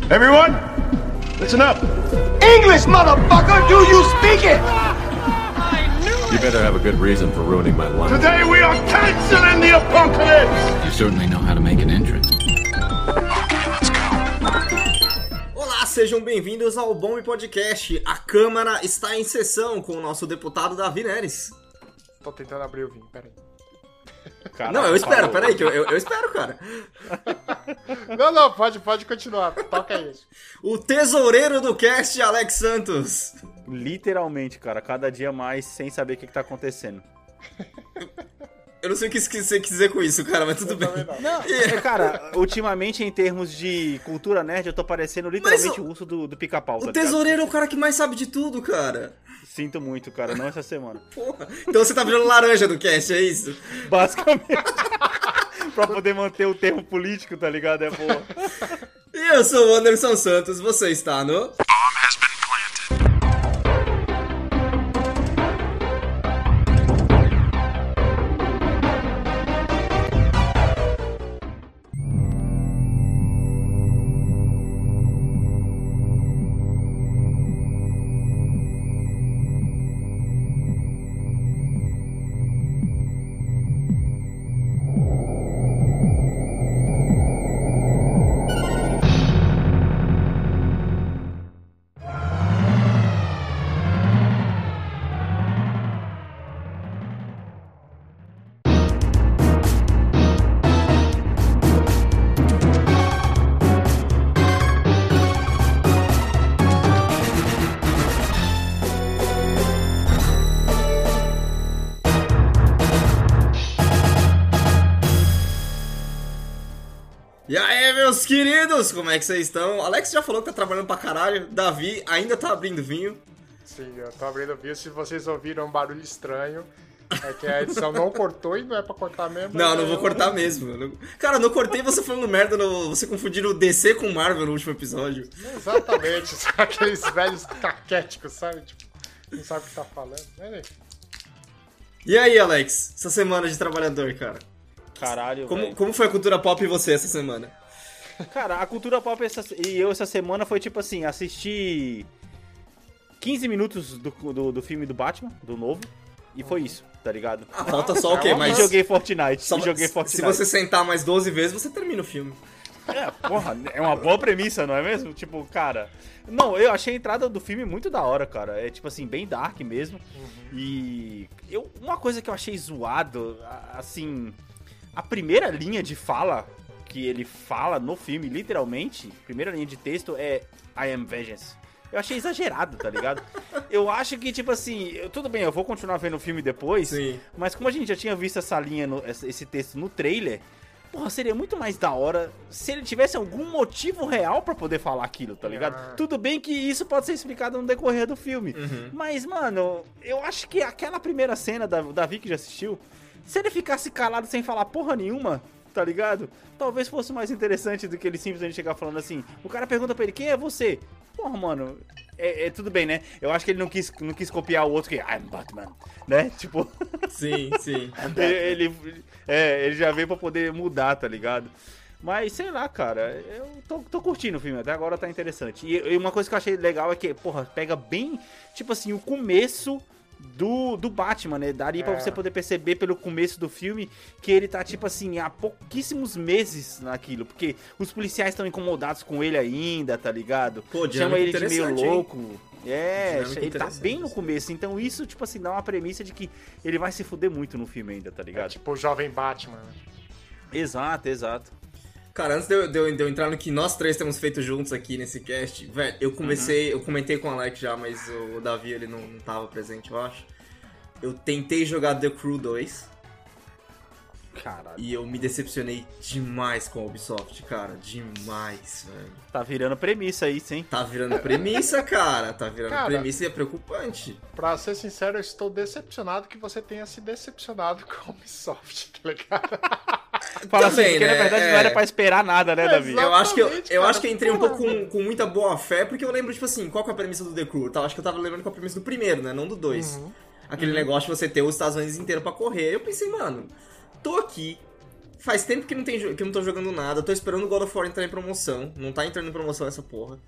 Everyone, listen up. English, motherfucker! Do you speak it? You better have a good reason for ruining my life. Today we are canceling the apocalypse. You certainly know how to make an entrance. Olá, sejam bem-vindos ao Bombe Podcast. A Câmara está em sessão com o nosso deputado Davi Neres. Tô tentando abrir o vinho, peraí. Caramba, não, eu espero, peraí, que eu espero, cara. Não, pode continuar, toca aí. O tesoureiro do cast, Alex Santos. Literalmente, cara, cada dia mais sem saber o que tá acontecendo. Eu não sei o que você quis dizer com isso, cara, mas tudo bem. Não, cara, ultimamente em termos de cultura nerd, eu tô parecendo literalmente o urso do pica-pau. O tesoureiro é o cara que mais sabe de tudo, cara. Sinto muito, cara, não essa semana. Porra. Então você tá virando laranja do cast, é isso? Basicamente. Pra poder manter o termo político, tá ligado? É boa. E eu sou o Anderson Santos, você está no... E aí, meus queridos, como é que vocês estão? Alex já falou que tá trabalhando pra caralho, Davi ainda tá abrindo vinho. Sim, eu tô abrindo vinho, se vocês ouviram um barulho estranho, é que a edição não cortou e não é pra cortar mesmo. Não vou cortar mesmo. Cara, não cortei você falando merda, você confundindo DC com Marvel no último episódio. Exatamente, aqueles velhos caquéticos, sabe? Tipo, não sabe o que tá falando. E aí, Alex, essa semana de trabalhador, cara? Caralho, como foi a cultura pop e você essa semana? Cara, a cultura pop essa semana foi tipo assim, assistir 15 minutos do filme do Batman, do novo, e foi isso, tá ligado? Ah, falta só o quê? Mas... joguei Fortnite, Se você sentar mais 12 vezes, você termina o filme. É, porra, é uma boa premissa, não é mesmo? Tipo, cara... Não, eu achei a entrada do filme muito da hora, cara. É tipo assim, bem dark mesmo. E... uma coisa que eu achei zoado, assim... A primeira linha de fala que ele fala no filme, literalmente, primeira linha de texto é I am vengeance. Eu achei exagerado, tá ligado? Eu acho que, tipo assim, tudo bem, eu vou continuar vendo o filme depois, sim, mas como a gente já tinha visto essa linha, esse texto no trailer, porra, seria muito mais da hora se ele tivesse algum motivo real pra poder falar aquilo, tá ligado? Tudo bem que isso pode ser explicado no decorrer do filme, mas, mano, eu acho que aquela primeira cena da Davi que já assistiu, se ele ficasse calado sem falar porra nenhuma, tá ligado? Talvez fosse mais interessante do que ele simplesmente chegar falando assim. O cara pergunta pra ele, quem é você? Porra, mano, tudo bem, né? Eu acho que ele não quis copiar o outro que I'm Batman, né? Tipo... Sim. ele já veio pra poder mudar, tá ligado? Mas, sei lá, cara, eu tô curtindo o filme, até agora tá interessante. E uma coisa que eu achei legal é que, porra, pega bem, tipo assim, o começo... Do Batman, né? Daria pra você poder perceber pelo começo do filme que ele tá, tipo assim, há pouquíssimos meses naquilo. Porque os policiais estão incomodados com ele ainda, tá ligado? Pô, chama ele de meio louco. Hein? Ele tá bem no começo. Então isso, tipo assim, dá uma premissa de que ele vai se fuder muito no filme ainda, tá ligado? É tipo o jovem Batman. Exato. Cara, antes de eu entrar no que nós três temos feito juntos aqui nesse cast, velho, eu comentei com o Alex já, mas o Davi, ele não tava presente, eu acho. Eu tentei jogar The Crew 2. Caralho. E eu me decepcionei demais com a Ubisoft, cara. Demais, velho. Tá virando premissa isso, hein? Tá virando premissa, cara. Tá virando premissa e é preocupante. Pra ser sincero, eu estou decepcionado que você tenha se decepcionado com a Ubisoft, tá ligado? Fala assim, porque na verdade não era pra esperar nada, né, Davi? Eu acho que entrei um pouco com muita boa fé, porque eu lembro, tipo assim, qual que é a premissa do The Crew? Acho que eu tava lembrando com a premissa do primeiro, né, não do 2. Aquele negócio de você ter os Estados Unidos inteiro pra correr. Eu pensei, mano, tô aqui, faz tempo que, que eu não tô jogando nada, eu tô esperando o God of War entrar em promoção, não tá entrando em promoção essa porra.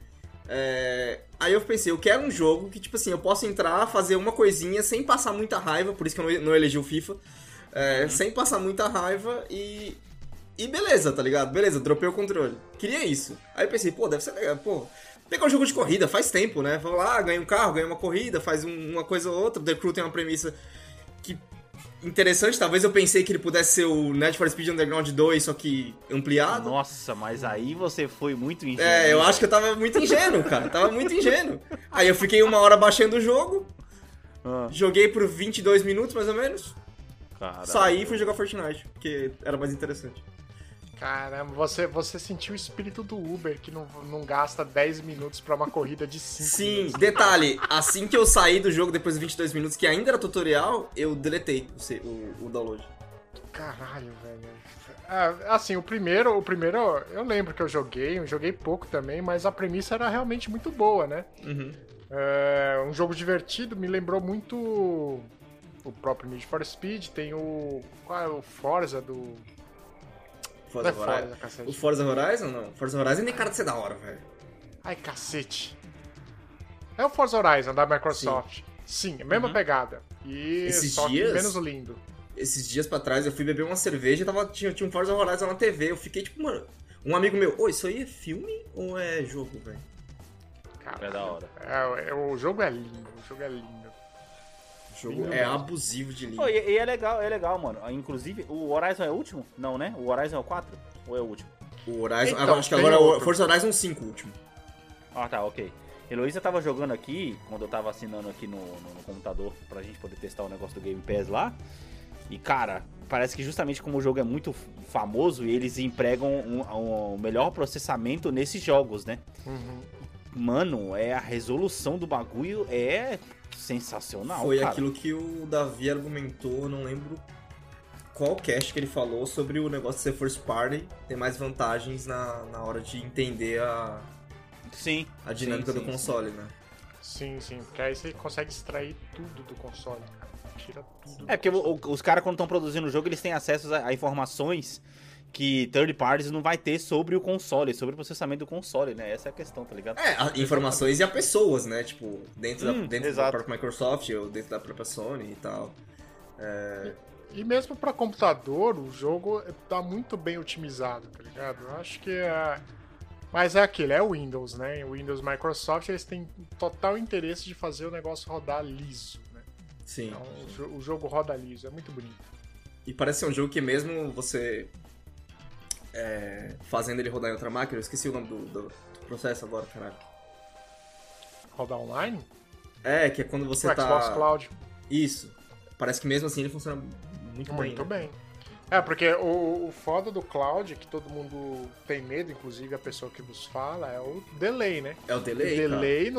Aí eu pensei, eu quero um jogo que, tipo assim, eu posso entrar, fazer uma coisinha sem passar muita raiva, por isso que eu não elegi o FIFA, sem passar muita raiva e beleza, tá ligado? Beleza, dropei o controle. Queria isso. Aí eu pensei, pô, deve ser legal, pô. Pegar um jogo de corrida, faz tempo, né? Vou lá, ganha um carro, ganha uma corrida, faz uma coisa ou outra. O The Crew tem uma premissa que interessante. Talvez eu pensei que ele pudesse ser o Need for Speed Underground 2, só que ampliado. Nossa, mas aí você foi muito ingênuo. Eu acho que eu tava muito ingênuo, cara. Tava muito ingênuo. Aí eu fiquei 1 hora baixando o jogo. Joguei por 22 minutos, mais ou menos. Caralho. Saí e fui jogar Fortnite, porque era mais interessante. Caramba, você sentiu o espírito do Uber, que não gasta 10 minutos pra uma corrida de 5 Sim, minutos. detalhe, assim que eu saí do jogo depois de 22 minutos, que ainda era tutorial, eu deletei o download. Caralho, velho. Assim, o primeiro eu lembro que eu joguei pouco também, mas a premissa era realmente muito boa, né? Uhum. Um jogo divertido, me lembrou muito o próprio Need for Speed, tem o... Qual é o Forza do... Forza não é Horizon. Forza, cacete. O Forza Horizon, não. Forza Horizon tem cara de ser da hora, velho. Ai, cacete. É o Forza Horizon da Microsoft. Sim, a mesma pegada. E Esses só dias? que menos lindo. Esses dias pra trás eu fui beber uma cerveja e tinha um Forza Horizon na TV. Eu fiquei tipo, mano... Um amigo meu, isso aí é filme ou é jogo, velho? Cara, É da hora. O jogo é lindo, o jogo é lindo. O jogo é abusivo de lindo. Pô, e é legal, mano. Inclusive, o Horizon é o último? Não, né? O Horizon é o 4? Ou é o último? O Horizon... Então, acho que tem agora é o outro. Forza Horizon 5 o último. Ah, tá, ok. Heloísa tava jogando aqui, quando eu tava assinando aqui no computador, pra gente poder testar o negócio do Game Pass lá. E, cara, parece que justamente como o jogo é muito famoso, eles empregam um melhor processamento nesses jogos, né? Uhum. Mano, a resolução do bagulho é sensacional, Foi cara. aquilo que o Davi argumentou, não lembro qual cast que ele falou sobre o negócio de ser first party, ter mais vantagens na hora de entender a dinâmica do console, né? Sim, porque aí você consegue extrair tudo do console, cara. Tira tudo. É, porque os caras, quando estão produzindo o jogo, eles têm acesso a informações que third parties não vai ter sobre o console, sobre o processamento do console, né? Essa é a questão, tá ligado? Informações e a pessoas, né? Tipo, dentro da exato. própria Microsoft ou dentro da própria Sony e tal. E mesmo pra computador, o jogo tá muito bem otimizado, tá ligado? Eu acho que Mas é aquilo, é o Windows, né? O Windows Microsoft, eles têm total interesse de fazer o negócio rodar liso, né? Sim. Então, o jogo roda liso, é muito bonito. E parece ser um jogo que mesmo você fazendo ele rodar em outra máquina, eu esqueci o nome do processo agora, caralho. Rodar online? Que é quando você O tá... Xbox Cloud. Isso. Parece que mesmo assim ele funciona muito bem. Muito né? bem. Porque o foda do cloud, que todo mundo tem medo, inclusive a pessoa que vos fala, é o delay, né? É o delay, O delay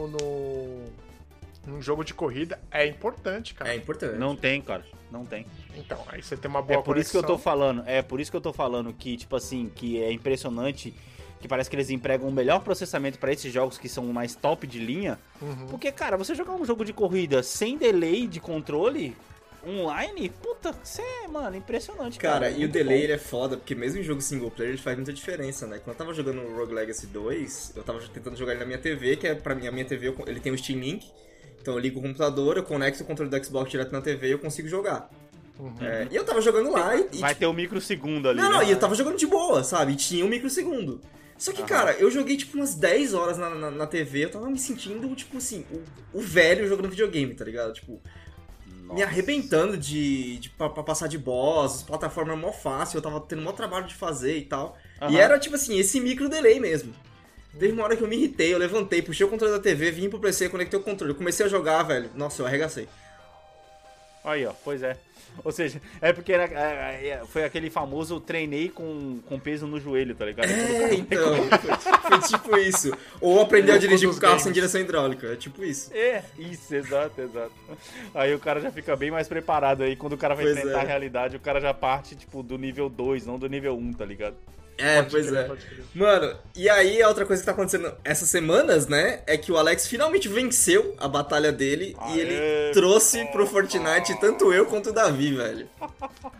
num jogo de corrida é importante, cara. É importante. Não tem, cara. Não tem. Então, aí você tem uma boa É por isso que eu tô conexão. falando. É por isso que eu tô falando que, tipo assim, que é impressionante, que parece que eles empregam o melhor processamento pra esses jogos que são mais top de linha. Uhum. Porque, cara, você jogar um jogo de corrida sem delay de controle online, puta, você é, mano, impressionante, Cara, cara. e o Muito delay bom. ele é foda, porque mesmo em jogo single player ele faz muita diferença, né? Quando eu tava jogando o Rogue Legacy 2, eu tava tentando jogar ele na minha TV, que é pra mim, a minha TV, ele tem o Steam Link, então eu ligo o computador, eu conecto o controle do Xbox direto na TV e eu consigo jogar. Uhum. E eu tava jogando lá e... Vai ter um microsegundo ali, Não, né? e eu tava jogando de boa, sabe? E tinha um microsegundo. Só que, cara, eu joguei, tipo, umas 10 horas na TV, eu tava me sentindo, tipo assim, o velho jogando videogame, tá ligado? Tipo, me arrebentando pra passar de boss, as plataformas mó fácil, eu tava tendo mó trabalho de fazer e tal. E era, tipo assim, esse micro delay mesmo. Teve uma hora que eu me irritei, eu levantei, puxei o controle da TV, vim pro PC, conectei o controle. Eu comecei a jogar, velho. Nossa, eu arregacei. Aí, ó, pois é. Ou seja, é porque foi aquele famoso treinei com peso no joelho, tá ligado? Então, foi tipo isso. Ou aprender a dirigir com o carro games. sem direção hidráulica, é tipo isso. Isso, exato. Aí o cara já fica bem mais preparado aí, quando o cara vai Pois enfrentar é. a realidade, o cara já parte, tipo, do nível 2, não do nível 1, tá ligado? Pois crer, é. pode crer. Mano, e aí a outra coisa que tá acontecendo essas semanas, né, é que o Alex finalmente venceu a batalha dele e ele trouxe pro Fortnite tanto eu quanto o Davi, velho.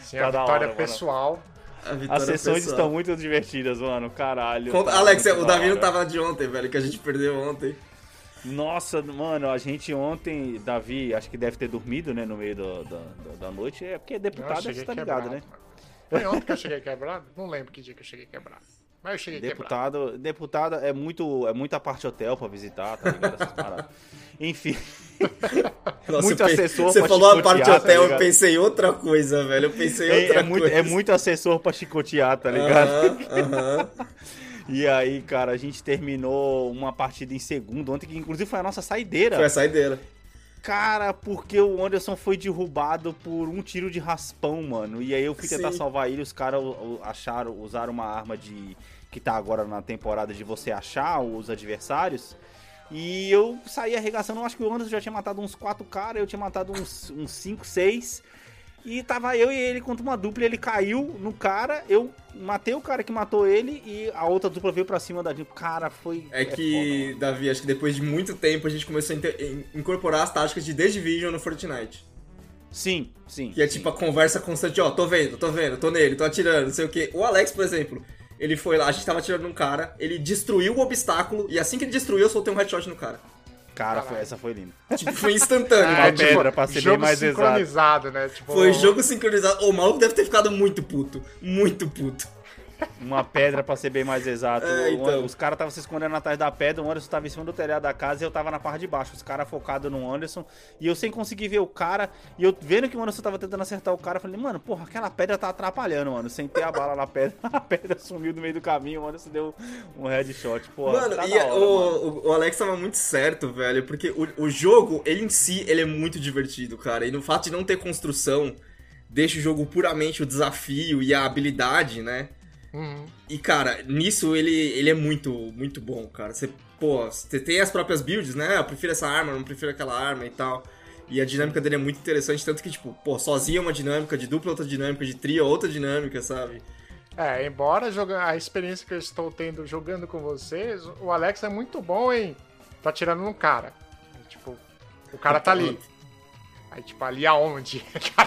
Sim, Tá a da vitória hora, pessoal. A vitória As sessões pessoal. estão muito divertidas, mano. Caralho. tá Alex, muito o da Davi não hora. tava de ontem, velho, que a gente perdeu ontem. Nossa, mano, a gente ontem, Davi, acho que deve ter dormido, né, no meio da noite. É porque Eu deputado, cheguei você tá quebrado, ligado, né? mano. Foi ontem que eu cheguei quebrado? Não lembro que dia que eu cheguei quebrado. Mas eu cheguei quebrado. Deputado é muita parte hotel pra visitar, tá ligado? Essas paradas. Enfim. Nossa, Muito eu pe- assessor Você pra falou a parte chicotear, tá hotel, eu ligado? pensei em outra coisa, velho. Eu pensei em outra coisa. É muito assessor pra chicotear, tá ligado? Aham. E aí, cara, a gente terminou uma partida em segundo ontem, que inclusive foi a nossa saideira. Foi a saideira. Cara, porque o Anderson foi derrubado por um tiro de raspão, mano. E aí eu fui tentar Sim. salvar ele, os caras usaram uma arma que tá agora na temporada de você achar os adversários. E eu saí arregaçando, eu acho que o Anderson já tinha matado uns 4 caras, eu tinha matado uns 5, 6. E tava eu e ele contra uma dupla, ele caiu no cara, eu matei o cara que matou ele e a outra dupla veio pra cima da gente. Cara, foi... É que, foda, Davi, acho que depois de muito tempo a gente começou a incorporar as táticas de The Division no Fortnite. sim. Que é tipo a conversa constante, ó, tô vendo, tô nele, tô atirando, não sei o que. O Alex, por exemplo, ele foi lá, a gente tava atirando num cara, ele destruiu o obstáculo e assim que ele destruiu, eu soltei um headshot no cara. Cara, essa foi linda. Tipo, foi instantâneo. Uma tipo, pedra pra ser bem jogo mais exato. sincronizado, né? Tipo, Foi jogo sincronizado. O maluco deve ter ficado muito puto. Muito puto. Uma pedra, pra ser bem mais exato. É, então. Os caras estavam se escondendo atrás da pedra, o Anderson tava em cima do telhado da casa e eu tava na parte de baixo. Os caras focados no Anderson e eu sem conseguir ver o cara. E eu vendo que o Anderson tava tentando acertar o cara, eu falei, mano, porra, aquela pedra tá atrapalhando, mano. Sentei a bala na pedra, a pedra sumiu no meio do caminho, o Anderson deu um headshot. Porra, Mano, tá e da hora, mano. o Alex tava muito certo, velho. Porque o jogo, ele em si, ele é muito divertido, cara. E no fato de não ter construção, deixa o jogo puramente o desafio e a habilidade, né? Uhum. E, cara, nisso ele é muito, muito bom, cara. Você tem as próprias builds, né? Eu prefiro essa arma, não prefiro aquela arma e tal. E a dinâmica dele é muito interessante, tanto que, tipo, sozinho é uma dinâmica, de dupla outra dinâmica, de trio outra dinâmica, sabe? Embora a experiência que eu estou tendo jogando com vocês, o Alex é muito bom em tá atirando num cara. Tipo, o cara tá ali. Aí, tipo, ali aonde?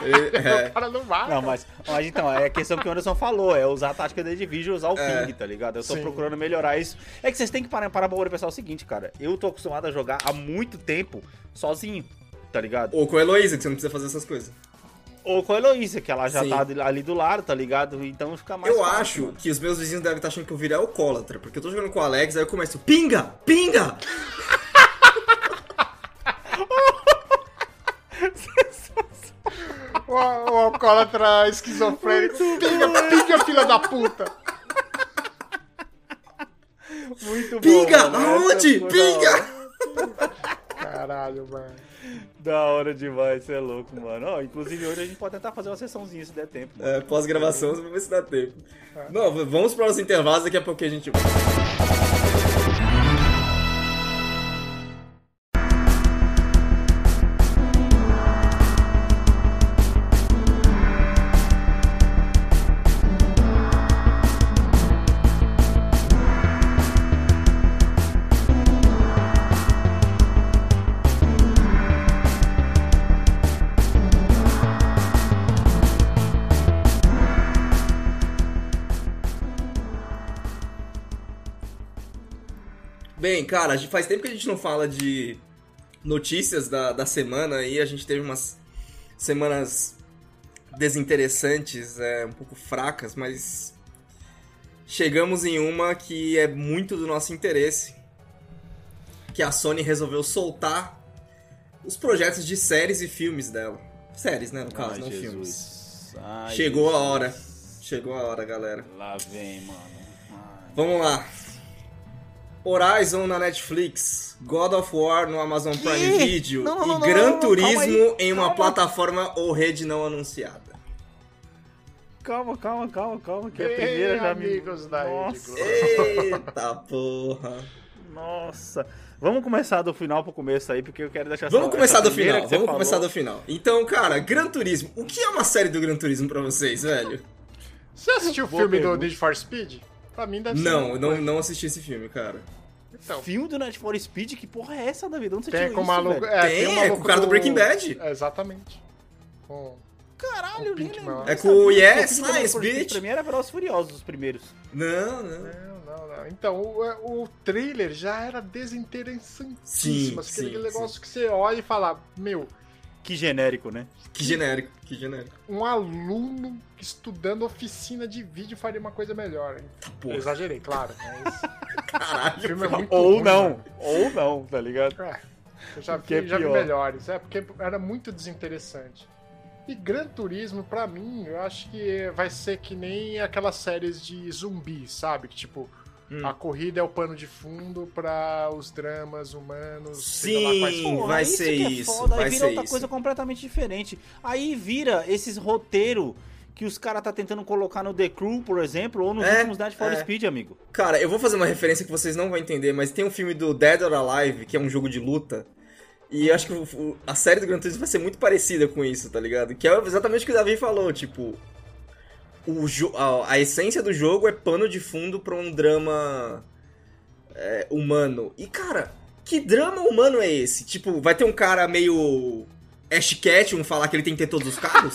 O cara não vai. Não, mas então, é a questão que o Anderson falou, é usar a tática da Division, usar o ping, tá ligado? Eu tô Sim. procurando melhorar isso. É que vocês têm que parar pra pensar o seguinte, cara. Eu tô acostumado a jogar há muito tempo sozinho, tá ligado? Ou com a Heloísa, que você não precisa fazer essas coisas. Ou com a Heloísa, que ela já Sim. tá ali do lado, tá ligado? Então fica mais Eu fácil, acho mano. que os meus vizinhos devem estar achando que eu virei alcoólatra, porque eu tô jogando com o Alex, aí eu começo, pinga, pinga! O alcoólatra esquizofrênico. Pinga, filha da puta! Muito bom, Pinga! mano. Aonde? Essa foi da hora. Pinga! Caralho, mano. Da hora demais, você é louco, mano. Ó, inclusive hoje a gente pode tentar fazer uma sessãozinha se der tempo, mano. É, pós-gravação, vamos ver se dá tempo. Não, vamos para os intervalos, daqui a pouco a gente vai. Bem, cara, faz tempo que a gente não fala de notícias da semana aí. A gente teve umas semanas desinteressantes, um pouco fracas, mas chegamos em uma que é muito do nosso interesse, que a Sony resolveu soltar os projetos de séries e filmes dela. Séries, né, no caso, Ai, não Jesus. filmes. Ai, Chegou a Jesus. hora. Chegou a hora, galera. Lá vem, mano. Ai. Vamos lá. Horizon na Netflix, God of War no Amazon Prime Video Não, e Gran Turismo calma aí, em uma calma. plataforma ou rede não anunciada. Calma, que a primeira já me... amigos da Rede Nossa, Globo. Eita porra. nossa. Vamos começar do final pro começo aí, porque eu quero deixar... Vamos essa começar do primeira final, que você vamos falou. começar do final. Então, cara, Gran Turismo. O que é uma série do Gran Turismo pra vocês, velho? Você assistiu o Boa filme pergunta. do Need for Speed? Pra mim deve ser. Não, não assisti esse filme, cara. Então, Filme do Need for Speed? Que porra é essa, Davi? De onde você tem tirou com o isso, maluco. velho? É, Tem, um é maluco com o cara do Breaking Bad. Exatamente. Com Caralho, nem Pinkman. lembro. É com o Yes, O filme do Science, Need for Speed bitch. Pra mim era Velozes e Furiosos, os primeiros. Não. Não. Então, o trailer já era desinteressantíssimo. Sim, Aquele sim, negócio que você olha e fala, meu, Que genérico, né? Que genérico. um aluno estudando oficina de vídeo faria uma coisa melhor. Hein? porra. Eu exagerei, claro, mas Caralho. o filme é muito Ou ruim, não, mano. ou não, tá ligado? Eu já Que é vi, já vi pior. melhores, porque era muito desinteressante. E Gran Turismo, pra mim, eu acho que vai ser que nem aquelas séries de zumbi, sabe? Que tipo, a corrida é o pano de fundo pra os dramas humanos. seja lá quais Sim, forem. Porra, vai isso ser que é isso, foda, vai aí vira ser outra isso. coisa completamente diferente. Aí vira esses roteiros que os caras tá tentando colocar no The Crew, por exemplo, ou nos últimos Need for Speed, amigo. Cara, eu vou fazer uma referência que vocês não vão entender, mas tem um filme do Dead or Alive, que é um jogo de luta. E eu acho que a série do Gran Turismo vai ser muito parecida com isso, tá ligado? Que é exatamente o que o Davi falou, tipo... a essência do jogo é pano de fundo pra um drama humano. E, cara, que drama humano é esse? Tipo, vai ter um cara meio Ash Ketchum falar que ele tem que ter todos os carros?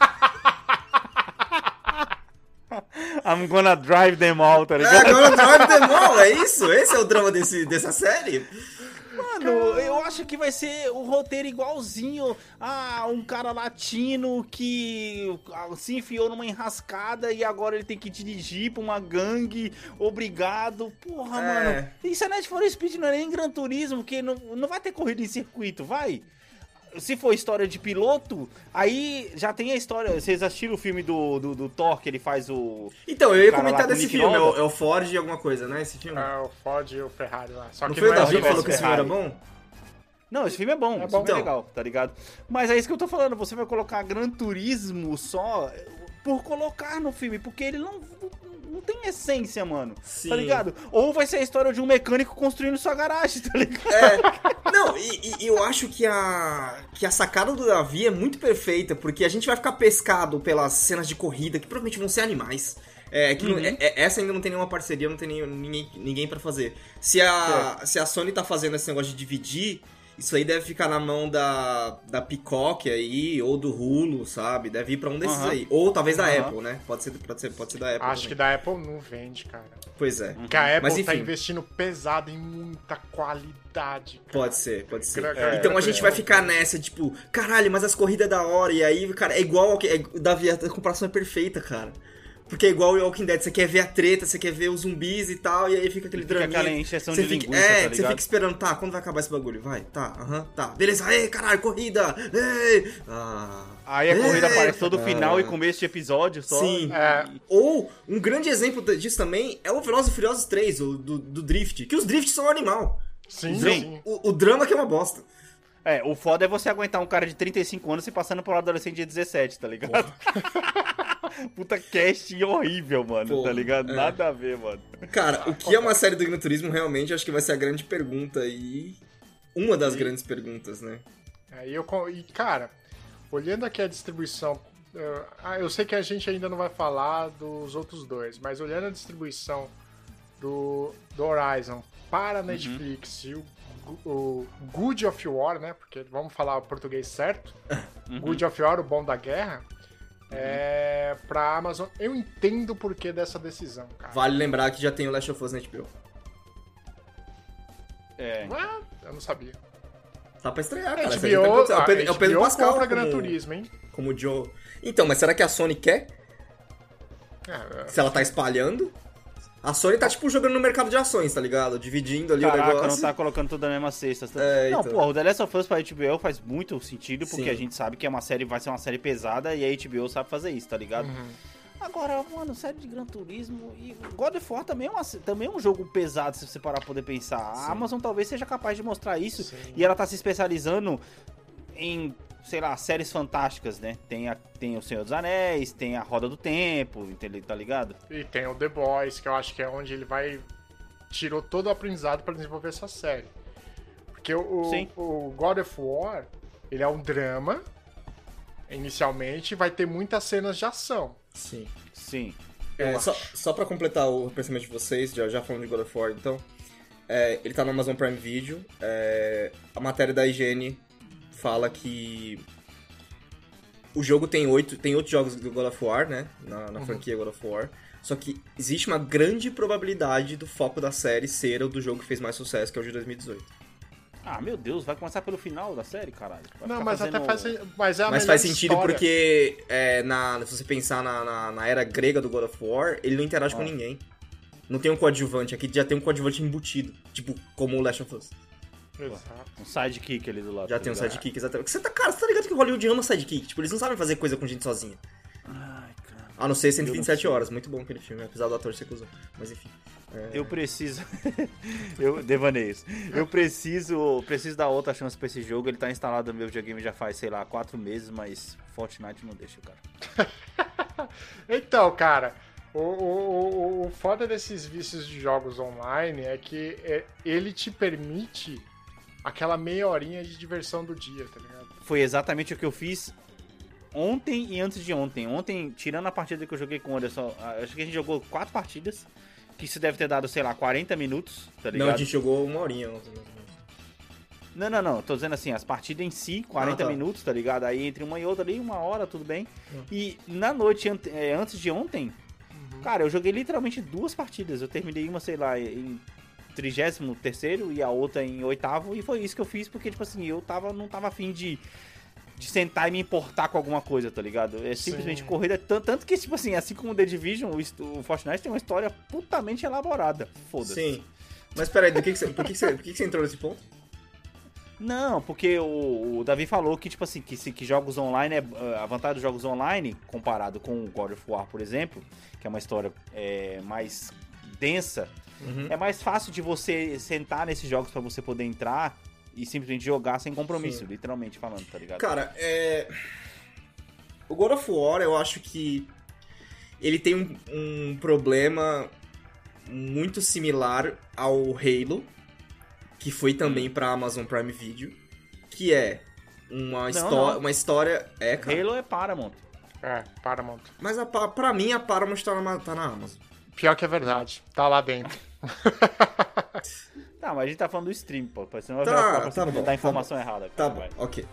I'm gonna drive them all, tá ligado? Agora Drive Them All, é isso? Esse é o drama dessa série? Mano, eu acho que vai ser o roteiro igualzinho a um cara latino que se enfiou numa enrascada e agora ele tem que dirigir pra uma gangue, obrigado. Porra, mano. Isso é Need for Speed, não é nem Gran Turismo, porque não vai ter corrida em circuito, vai? Se for história de piloto, aí já tem a história. Vocês assistiram o filme do Thor, que ele faz o... Então, eu ia cara lá comentar com o desse Nick filme, Nolte. é o Ford e alguma coisa, né? Esse filme. É o Ford e o Ferrari lá. Só Não que foi o não é Davi o que falou que esse filme era Ferrari. bom? Não, esse filme é bom, esse bom. filme é legal, tá ligado? Mas é isso que eu tô falando, você vai colocar Gran Turismo só por colocar no filme, porque ele não tem essência, mano, Sim. tá ligado? Ou vai ser a história de um mecânico construindo sua garagem, tá ligado? Não, e eu acho que a sacada do Davi é muito perfeita, porque a gente vai ficar pescado pelas cenas de corrida, que provavelmente vão ser animais. Essa ainda não tem nenhuma parceria, não tem ninguém pra fazer. Se a Sony tá fazendo esse negócio de dividir, isso aí deve ficar na mão da Peacock aí, ou do Hulu, sabe? Deve ir pra um desses aí. Ou talvez da Apple, né? Pode ser da Apple Acho também. que da Apple não vende, cara. Pois é. Porque a Apple Mas, tá enfim. investindo pesado em muita qualidade, cara. Pode ser. Então A gente vai ficar nessa, tipo, caralho, mas as corridas é da hora. E aí, cara, é igual ao que. Davi, a comparação é perfeita, cara. Porque é igual o Walking Dead, você quer ver a treta, você quer ver os zumbis e tal, e aí fica aquele Fica draminha. aquela encheção Você de fica, linguiça, tá você ligado? fica esperando, tá, quando vai acabar esse bagulho? Vai, tá, tá. Beleza, ei, caralho, corrida! Ei! Aí a corrida aparece todo final e começo de episódio só. Sim. e- Ou, um grande exemplo disso também é o Velozes e Furiosos 3, do Drift, que os Drifts são um animal. Sim. O drama que é uma bosta. O foda é você aguentar um cara de 35 anos se passando por um adolescente de 17, tá ligado? Puta casting horrível, mano, Porra, tá ligado? é. Nada a ver, mano. Cara, o que é uma série do Gran Turismo realmente acho que vai ser a grande pergunta e uma das grandes perguntas, né? E, cara, olhando aqui a distribuição, eu sei que a gente ainda não vai falar dos outros dois, mas olhando a distribuição do Horizon para a Netflix e o Good of War, né? Porque vamos falar o português certo. Good of War, o bom da guerra. Pra Amazon, eu entendo o porquê dessa decisão, cara. Vale lembrar que já tem o Last of Us na HBO. Eu não sabia. Tá pra estrear, cara. HBO, É o Pedro Pascal compra Gran Turismo, hein? como o Joe. Então, mas será que a Sony quer? Se ela tá espalhando? A Sony tá, tipo, jogando no mercado de ações, tá ligado? Dividindo ali o Caraca, negócio. não tá colocando tudo na mesma cesta. Não, então. porra, o The Last of Us pra HBO faz muito sentido, porque Sim. a gente sabe que vai ser uma série pesada e a HBO sabe fazer isso, tá ligado? Agora, mano, série de Gran Turismo e God of War também é um jogo pesado, se você parar pra poder pensar. A Amazon talvez seja capaz de mostrar isso. Sim. E ela tá se especializando em, sei lá, séries fantásticas, né? Tem o Senhor dos Anéis, tem a Roda do Tempo, tá ligado? E tem o The Boys, que eu acho que é onde ele tirou todo o aprendizado pra desenvolver essa série. Porque o God of War, ele é um drama, inicialmente, vai ter muitas cenas de ação. Sim. Sim. Só pra completar o pensamento de vocês, já falando de God of War, então, ele tá no Amazon Prime Video, a matéria da IGN fala que o jogo tem 8 jogos do God of War, né? Na franquia God of War. Só que existe uma grande probabilidade do foco da série ser o do jogo que fez mais sucesso, que é o de 2018. Ah, meu Deus, vai começar pelo final da série, caralho? Vai Não, ficar mas fazendo- até faz, mas é a Mas melhor faz sentido história. porque se você pensar na era grega do God of War, ele não interage com ninguém. Não tem um coadjuvante, aqui já tem um coadjuvante embutido. Tipo, como o Last of Us. Exato. Um sidekick ali do lado. Já tá tem um ligado? sidekick, exatamente. Você tá ligado que o Hollywood ama sidekick? Tipo, eles não sabem fazer coisa com gente sozinha. Ai, cara. A não ser Eu 127 não sei. horas. Muito bom aquele filme, apesar do ator ser cuzão. Mas enfim. Eu preciso. Devaneios. Eu preciso dar outra chance pra esse jogo. Ele tá instalado no meu videogame já faz, sei lá, 4 meses, mas Fortnite não deixa, cara. Então, cara, o foda desses vícios de jogos online é que ele te permite aquela meia horinha de diversão do dia, tá ligado? Foi exatamente o que eu fiz ontem e antes de ontem. Ontem, tirando a partida que eu joguei com o Anderson, acho que a gente jogou 4 partidas. Que isso deve ter dado, sei lá, 40 minutos, tá ligado? Não, a gente jogou uma horinha. Não. Tô dizendo assim, as partidas em si, 40 tá. minutos, tá ligado? Aí entre uma e outra ali, 1 hora, tudo bem. E na noite antes de ontem, cara, eu joguei literalmente 2 partidas. Eu terminei uma, sei lá, em 33º e a outra em 8º. E foi isso que eu fiz, porque, tipo assim, eu não tava afim de sentar e me importar com alguma coisa, tá ligado? É simplesmente Sim. corrida. Tanto que, tipo assim, assim como o The Division, o Fortnite tem uma história putamente elaborada. Foda-se. Sim. Mas peraí, por que você entrou nesse ponto? Não, porque o Davi falou que, tipo assim, que jogos online, a vantagem dos jogos online, comparado com o God of War, por exemplo, que é uma história mais densa, é mais fácil de você sentar nesses jogos pra você poder entrar e simplesmente jogar sem compromisso, literalmente falando, tá ligado? Cara, o God of War, eu acho que ele tem um problema muito similar ao Halo, que foi também pra Amazon Prime Video, que é uma história... É, cara. Halo é Paramount. Paramount. Mas pra mim a Paramount tá na Amazon. Pior que é verdade. Tá lá dentro. Tá, mas a gente tá falando do stream, pô. Senão vai Tá, ficar pra tá você bom, dar informação errada. Tá cara, bom, vai. ok.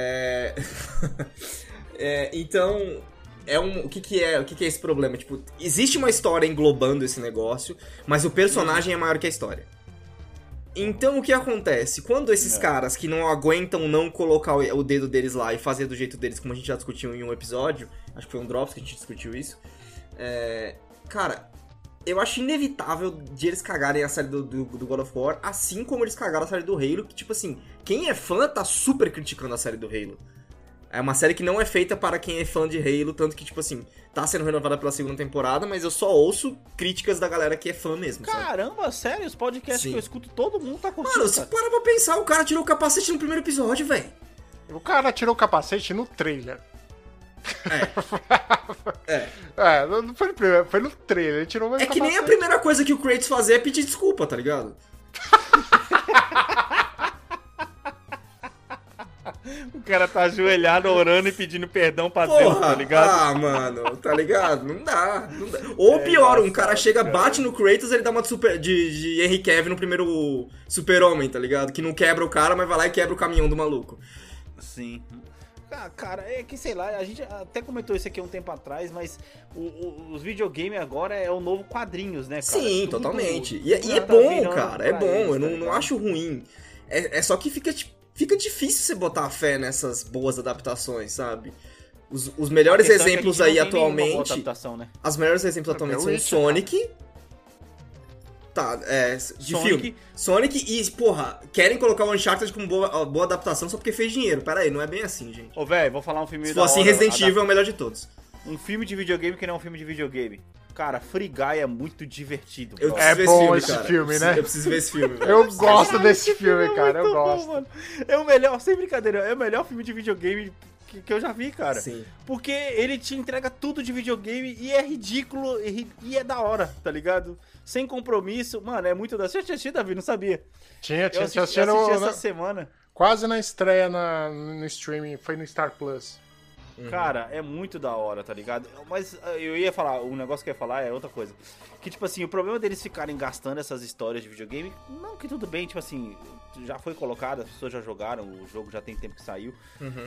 Então, o que é esse problema? Tipo, existe uma história englobando esse negócio, mas o personagem é maior que a história. Então, o que acontece? Quando esses caras que não aguentam não colocar o dedo deles lá e fazer do jeito deles, como a gente já discutiu em um episódio, acho que foi um Drops que a gente discutiu isso, cara, eu acho inevitável de eles cagarem a série do God of War, assim como eles cagaram a série do Halo, que, tipo assim, quem é fã tá super criticando a série do Halo. É uma série que não é feita para quem é fã de Halo, tanto que, tipo assim, tá sendo renovada pela 2ª temporada, mas eu só ouço críticas da galera que é fã mesmo, sabe? Caramba, sério? Os podcasts Sim. que eu escuto, todo mundo tá curtindo. Mano, você para pra pensar, o cara tirou o capacete no primeiro episódio, velho. O cara tirou o capacete no trailer. Não foi no primeiro, foi no trailer. Ele tirou o É que capacete. nem a primeira coisa que o Kratos fazer é pedir desculpa, tá ligado? O cara tá ajoelhado, orando e pedindo perdão pra Deus, tá ligado? Ah, mano, tá ligado? Não dá. Ou pior, um cara chega, bate no Kratos, ele dá uma de Henry Cavill no primeiro Super-Homem, tá ligado? Que não quebra o cara, mas vai lá e quebra o caminhão do maluco. Sim. Cara, é que sei lá, a gente até comentou isso aqui há um tempo atrás, mas os videogames agora é o novo quadrinhos, né, cara? Sim, Tudo- totalmente. tudo E é tá bom, virando cara, é pra bom. eles, Eu tá não ligado? acho ruim. É só que fica difícil você botar fé nessas boas adaptações, sabe? Os melhores A questão é que a exemplos gente aí não tem nenhuma boa atualmente... adaptação, né? Os melhores exemplos atualmente são Witcher, Sonic... Tá, de Sonic. filme. Sonic e, porra, querem colocar o Uncharted como boa adaptação só porque fez dinheiro. Pera aí, não é bem assim, gente. Ô, velho, vou falar um filme Se da for assim, hora, Resident Evil é o melhor de todos. Um filme de videogame que não é um filme de videogame. Cara, Free Guy é muito divertido. Eu brother. preciso ver bom esse esse cara. filme, né? Eu preciso ver esse filme, velho. Eu gosto Caralho, desse esse filme, cara. é Eu muito gosto. bom, mano. É o melhor, sem brincadeira, é o melhor filme de videogame que eu já vi, cara. Sim. Porque ele te entrega tudo de videogame e é ridículo e é da hora, tá ligado? Sem compromisso. Mano, é muito da... Você tinha assistido, Davi? Não sabia. Tinha Eu assisti assistindo essa semana. quase na estreia no streaming, foi no Star Plus. Cara, é muito da hora, tá ligado? Mas eu ia falar, o negócio que eu ia falar é outra coisa. Que, tipo assim, o problema deles ficarem gastando essas histórias de videogame, não que tudo bem, tipo assim, já foi colocado, as pessoas já jogaram, o jogo já tem tempo que saiu.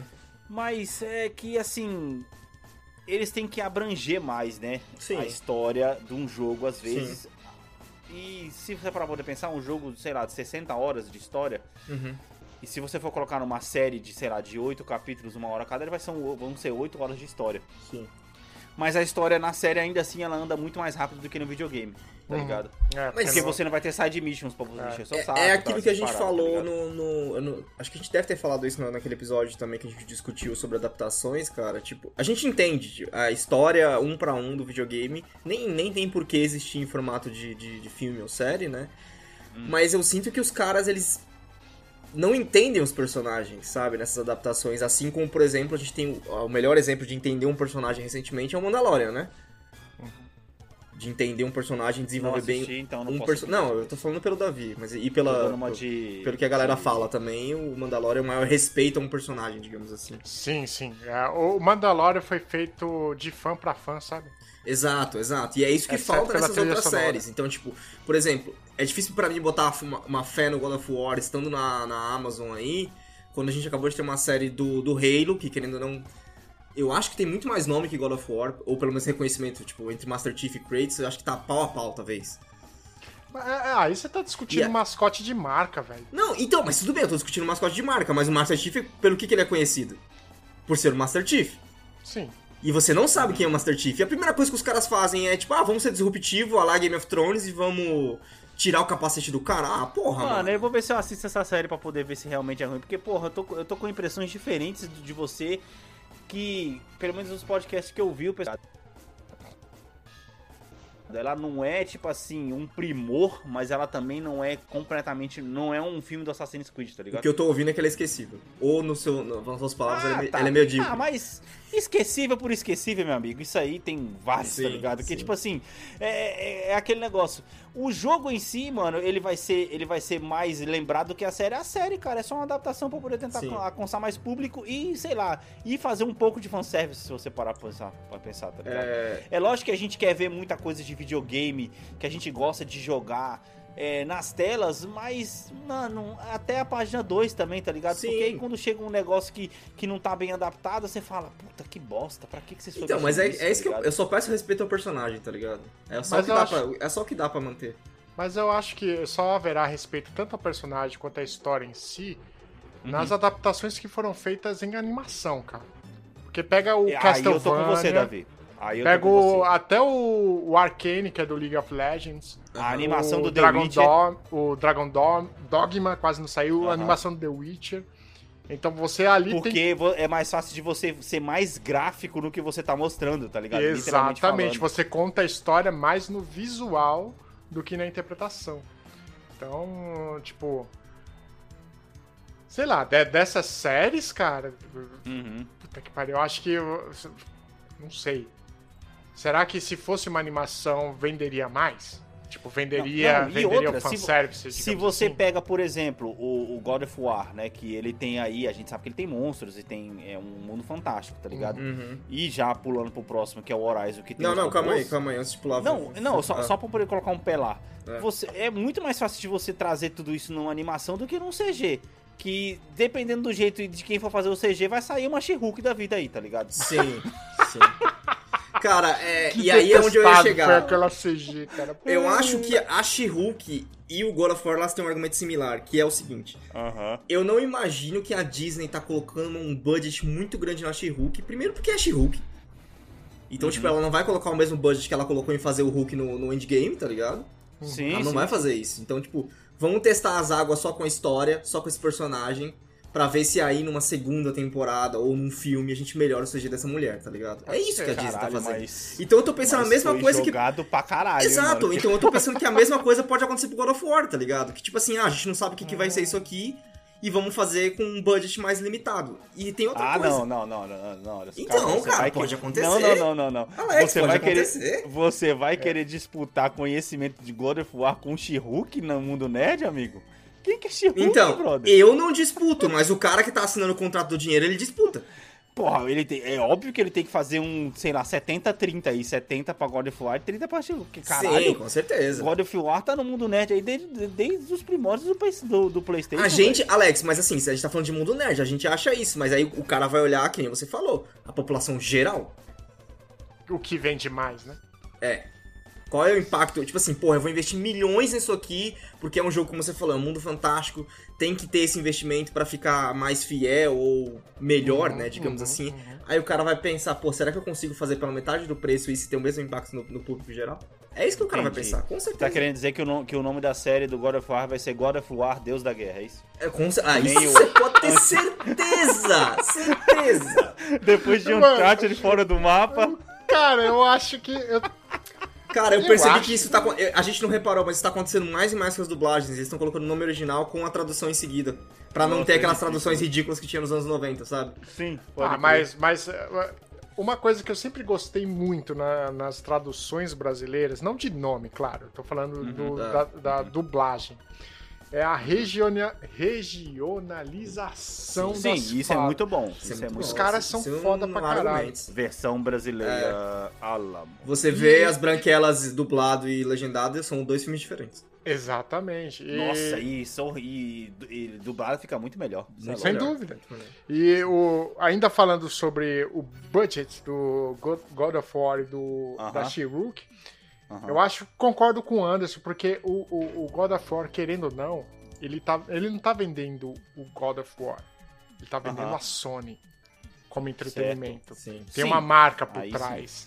Mas é que, assim, eles têm que abranger mais, né? Sim. A história de um jogo, às vezes. E se você parar pra poder pensar, um jogo, sei lá, de 60 horas de história, e se você for colocar numa série de, sei lá, de 8 capítulos, 1 hora cada, vão ser 8 horas de história. Sim. Mas a história na série, ainda assim, ela anda muito mais rápido do que no videogame, tá ligado? Porque você não vai ter side missions pra você encher seu saco. É aquilo que a gente parar, falou tá acho que a gente deve ter falado isso naquele episódio também que a gente discutiu sobre adaptações, cara. Tipo, a gente entende a história 1 pra 1 do videogame, nem tem por que existir em formato de filme ou série, né? Mas eu sinto que os caras, eles não entendem os personagens, sabe? Nessas adaptações. Assim como, por exemplo, a gente tem o melhor exemplo de entender um personagem recentemente é o Mandalorian, né? De entender um personagem, desenvolver bem então Não, eu tô falando pelo Davi, mas e pelo que a galera fala também, o Mandalorian é o maior respeito a um personagem, digamos assim. Sim. O Mandalorian foi feito de fã pra fã, sabe? Exato. E é isso que falta nessas outras séries. Então, tipo, por exemplo, é difícil pra mim botar uma fé no God of War estando na Amazon aí, quando a gente acabou de ter uma série do Halo, que querendo ou não, eu acho que tem muito mais nome que God of War, ou pelo menos reconhecimento, tipo, entre Master Chief e Kratos, eu acho que tá pau a pau, talvez. Aí você tá discutindo mascote de marca, velho. Não, então, mas tudo bem, eu tô discutindo mascote de marca, mas o Master Chief, pelo que ele é conhecido? Por ser o Master Chief. Sim. E você não sabe quem é o Master Chief. E a primeira coisa que os caras fazem é, tipo, vamos ser disruptivo, a lá Game of Thrones, e vamos tirar o capacete do cara. Porra, mano. Eu vou ver se eu assisto essa série pra poder ver se realmente é ruim. Porque, porra, eu tô com impressões diferentes de você, que, pelo menos nos podcasts que eu vi, o pessoal... Ela não é, tipo assim, um primor, mas ela também não é completamente... Não é um filme do Assassin's Creed, tá ligado? O que eu tô ouvindo é que ela é esquecível. Ou, nas suas palavras, ela é meio diva. Mas esquecível por esquecível, meu amigo. Isso aí tem vários, tá ligado? Que, tipo assim, é aquele negócio. O jogo em si, mano, ele vai ser mais lembrado do que a série. A série, cara, é só uma adaptação pra poder tentar alcançar mais público e, sei lá, e fazer um pouco de fanservice, se você parar pra pensar, tá ligado? É lógico que a gente quer ver muita coisa de videogame, que a gente gosta de jogar nas telas, mas, mano, até a página 2 também, tá ligado? Sim. Porque aí quando chega um negócio que não tá bem adaptado, você fala, puta, que bosta, pra que vocês foram Então, mas é isso tá que eu só peço respeito ao personagem, tá ligado? É só o que dá pra manter. Mas eu acho que só haverá respeito tanto ao personagem quanto à história em si nas adaptações que foram feitas em animação, cara. Porque pega o Castlevania... Aí eu tô com você, Davi. Pega até o Arcane, que é do League of Legends. A animação do The Dragon Witcher. O Dragon Dogma quase não saiu. A animação do The Witcher. Então você ali Porque é mais fácil de você ser mais gráfico no que você tá mostrando, tá ligado? Exatamente. Você conta a história mais no visual do que na interpretação. Então, tipo... Sei lá, dessas séries, cara... Puta que pariu. Eu acho que... Não sei. Será que se fosse uma animação, venderia mais? Tipo, venderia o fanservice, se você pega, por exemplo, o God of War, né? Que ele tem aí, a gente sabe que ele tem monstros e tem um mundo fantástico, tá ligado? E já pulando pro próximo, que é o Horizon, que tem... Não, calma aí, antes de pular... Só pra poder colocar um pé lá. É muito mais fácil de você trazer tudo isso numa animação do que num CG. Que, dependendo do jeito de quem for fazer o CG, vai sair uma She-Hulk da vida aí, tá ligado? Sim. Cara, e aí é onde eu ia chegar. Foi aquela CG, cara. Eu acho que a She-Hulk e o God of War, elas têm um argumento similar, que é o seguinte. Eu não imagino que a Disney tá colocando um budget muito grande na She-Hulk. Primeiro porque é a She-Hulk. Então, tipo, ela não vai colocar o mesmo budget que ela colocou em fazer o Hulk no Endgame, tá ligado? Sim, ela não vai fazer isso. Então, tipo, vamos testar as águas só com a história, só com esse personagem, pra ver se aí numa segunda temporada ou num filme a gente melhora o CG dessa mulher, tá ligado? É isso que a Disney tá fazendo. Então eu tô pensando a mesma coisa que... jogado pra caralho, Exato, mano. então eu tô pensando que a mesma coisa pode acontecer pro God of War, tá ligado? Que tipo assim, a gente não sabe o que vai ser isso aqui e vamos fazer com um budget mais limitado. E tem outra coisa. Não. Então, cara, pode acontecer. Não. Alex, pode acontecer. Você vai querer disputar conhecimento de God of War com She-Hulk no mundo nerd, amigo? Quem que é She-Hulk, então, brother? Eu não disputo, mas o cara que tá assinando o contrato do dinheiro, ele disputa. Porra, é óbvio que ele tem que fazer um, sei lá, 70-30 aí, 70 pra God of War e 30 pra She-Hulk. Porque, caralho, Sim, com certeza. God of War tá no mundo nerd aí desde os primórdios do PlayStation. A gente, Alex, mas assim, se a gente tá falando de mundo nerd, a gente acha isso, mas aí o cara vai olhar, que nem você falou, a população geral. O que vende mais, né? Qual é o impacto? Tipo assim, porra, eu vou investir milhões nisso aqui, porque é um jogo, como você falou, é um mundo fantástico, tem que ter esse investimento pra ficar mais fiel ou melhor, né, digamos assim. Aí o cara vai pensar, pô, será que eu consigo fazer pela metade do preço e isso ter o mesmo impacto no público geral? É isso que o cara vai pensar, com certeza. Tá querendo dizer que o nome da série do God of War vai ser God of War, Deus da Guerra, é isso? Isso você pode ter certeza! Certeza! Depois de Uncharted fora do mapa... Cara, eu acho que... Cara, eu percebi que isso tá... A gente não reparou, mas isso tá acontecendo mais e mais com as dublagens. Eles estão colocando o nome original com a tradução em seguida. Pra não ter aquelas traduções ridículas que tinha nos anos 90, sabe? Sim. Mas uma coisa que eu sempre gostei muito nas traduções brasileiras, não de nome, claro, eu tô falando da dublagem, é a regionalização das falas. Isso é muito bom. Os caras são foda pra caralho. Versão brasileira, Alamo. Você vê as branquelas dublado e legendado, são dois filmes diferentes. Exatamente. Nossa, e dublado fica muito melhor. Sem dúvida. E ainda falando sobre o budget do God of War e da She-Hulk, eu concordo com o Anderson, porque o God of War, querendo ou não, ele não tá vendendo o God of War, ele tá vendendo a Sony como entretenimento. Tem uma marca por trás.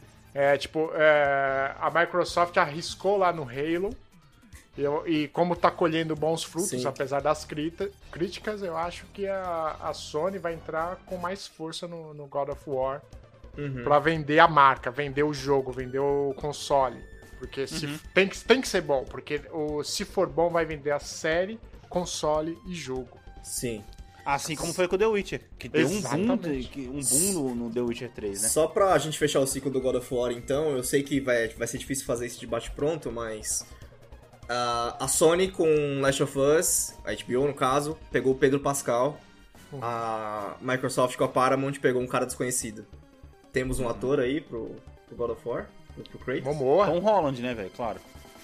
A Microsoft arriscou lá no Halo, e como tá colhendo bons frutos, apesar das críticas, eu acho que a Sony vai entrar com mais força no God of War. Pra vender a marca, vender o jogo, vender o console. Porque tem que ser bom, porque se for bom vai vender a série, console e jogo. Sim. Assim como foi com o The Witcher, que deu um boom no The Witcher 3, né? Só pra gente fechar o ciclo do God of War, então, eu sei que vai ser difícil fazer esse debate pronto, mas... a Sony com Last of Us, a HBO no caso, pegou o Pedro Pascal. A Microsoft com a Paramount pegou um cara desconhecido. Temos um ator aí pro God of War, pro Kratos. Momoa. Tom Holland, né, velho? Claro.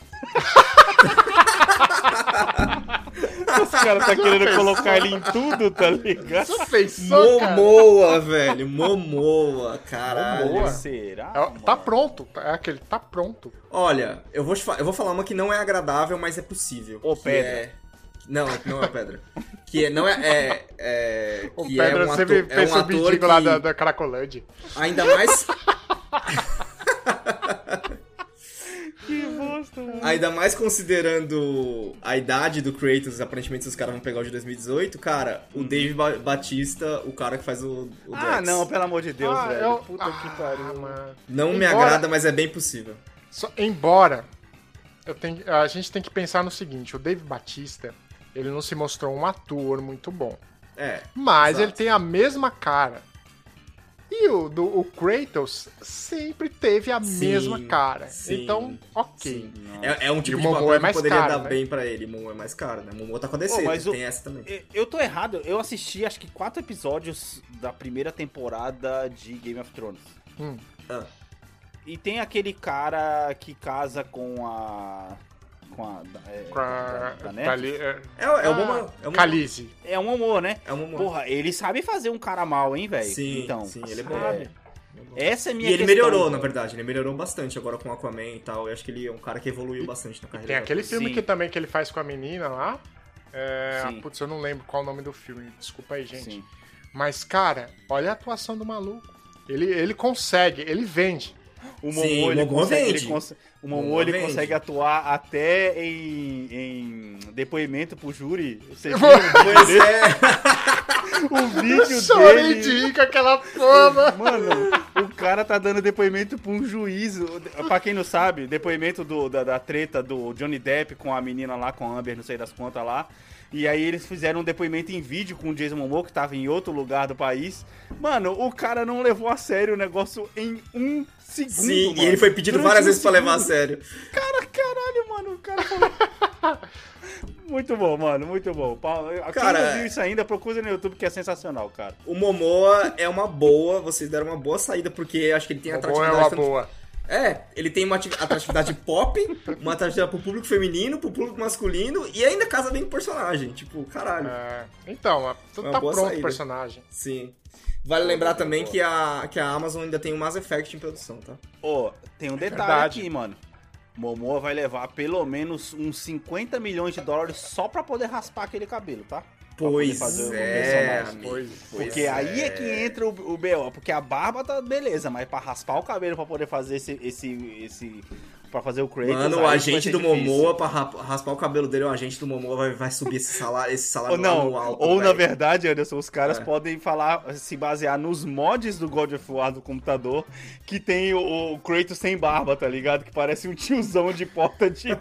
Os caras tá querendo colocar ele em tudo, tá ligado? Momoa, velho. Momoa, caralho. Momoa. Será? Tá pronto. É aquele, tá pronto. Olha, eu vou falar uma que não é agradável, mas é possível. Pedra. Não é pedra. Que não é. O que Pedra é um sempre ator, fez um o ator mendigo que, lá da Cracolândia. Ainda mais. Que bosta, mano. Ainda mais considerando a idade do Kratos, aparentemente os caras vão pegar o de 2018, cara, o Dave Bautista, o cara que faz o Drax. Não, pelo amor de Deus, velho. Puta que pariu, mano. Não me agrada, mas é bem possível. Embora a gente tem que pensar no seguinte, o Dave Bautista, ele não se mostrou um ator muito bom. Mas exato. ele tem a mesma cara. E o Kratos sempre teve a mesma cara. Sim, então, ok. É um tipo de Momoa papel mais que poderia caro, dar né? bem pra ele. Momoa é mais caro, né? Momoa tá com a DC, tem essa também. Eu tô errado, eu assisti acho que 4 episódios da primeira temporada de Game of Thrones. E tem aquele cara que casa com a... Khaleesi. É um amor, né? É um amor. Porra, ele sabe fazer um cara mal, hein, velho? Sim, então, sim, ele é bom. Essa é a minha E ele questão, melhorou, na verdade. Ele melhorou bastante agora com o Aquaman e tal. Eu acho que ele é um cara que evoluiu bastante na carreira. Tem aquele filme Sim. que ele faz com a menina lá. Putz, eu não lembro qual é o nome do filme. Desculpa aí, gente. Sim. Mas, cara, olha a atuação do maluco. Ele consegue, ele vende. O Momoa, ele consegue, o Momoa, ele vende. consegue atuar até em depoimento pro júri. Você viu Pois é. o vídeo Chorei dele? de rir com aquela porra. Mano, o cara tá dando depoimento pra um juiz. Pra quem não sabe, depoimento da treta do Johnny Depp com a menina lá, com a Amber, não sei das quantas lá. E aí eles fizeram um depoimento em vídeo com o Jason Momoa, que tava em outro lugar do país. Mano, o cara não levou a sério o negócio em um segundo, Sim, mano. e ele foi pedido Durante várias um vezes pra levar a segundo. sério. Caralho, mano, o cara falou... Muito bom, mano, muito bom. Quem não viu isso ainda, procura no YouTube, que é sensacional, cara. O Momoa é uma boa, vocês deram uma boa saída, porque acho que ele tem atratividade... Momoa é uma boa. Ele tem uma atratividade pop, uma atratividade pro público feminino, pro público masculino, e ainda casa bem com o personagem, tipo, caralho. Então, tá pronto saída. O personagem. Sim. Vale lembrar também que a Amazon ainda tem o Mass Effect em produção, tá? Tem um detalhe aqui, mano. Momoa vai levar pelo menos uns 50 milhões de dólares só pra poder raspar aquele cabelo, tá? Pois é, porque aí é que entra o B.O. Porque a barba tá beleza, mas pra raspar o cabelo pra poder fazer esse pra fazer o Kratos... Mano, o agente do Momoa, pra raspar o cabelo dele, o agente do Momoa vai subir esse salário lá no alto. Ou na verdade, Anderson, os caras podem se basear nos mods do God of War do computador, que tem o Kratos sem barba, tá ligado? Que parece um tiozão de porta de...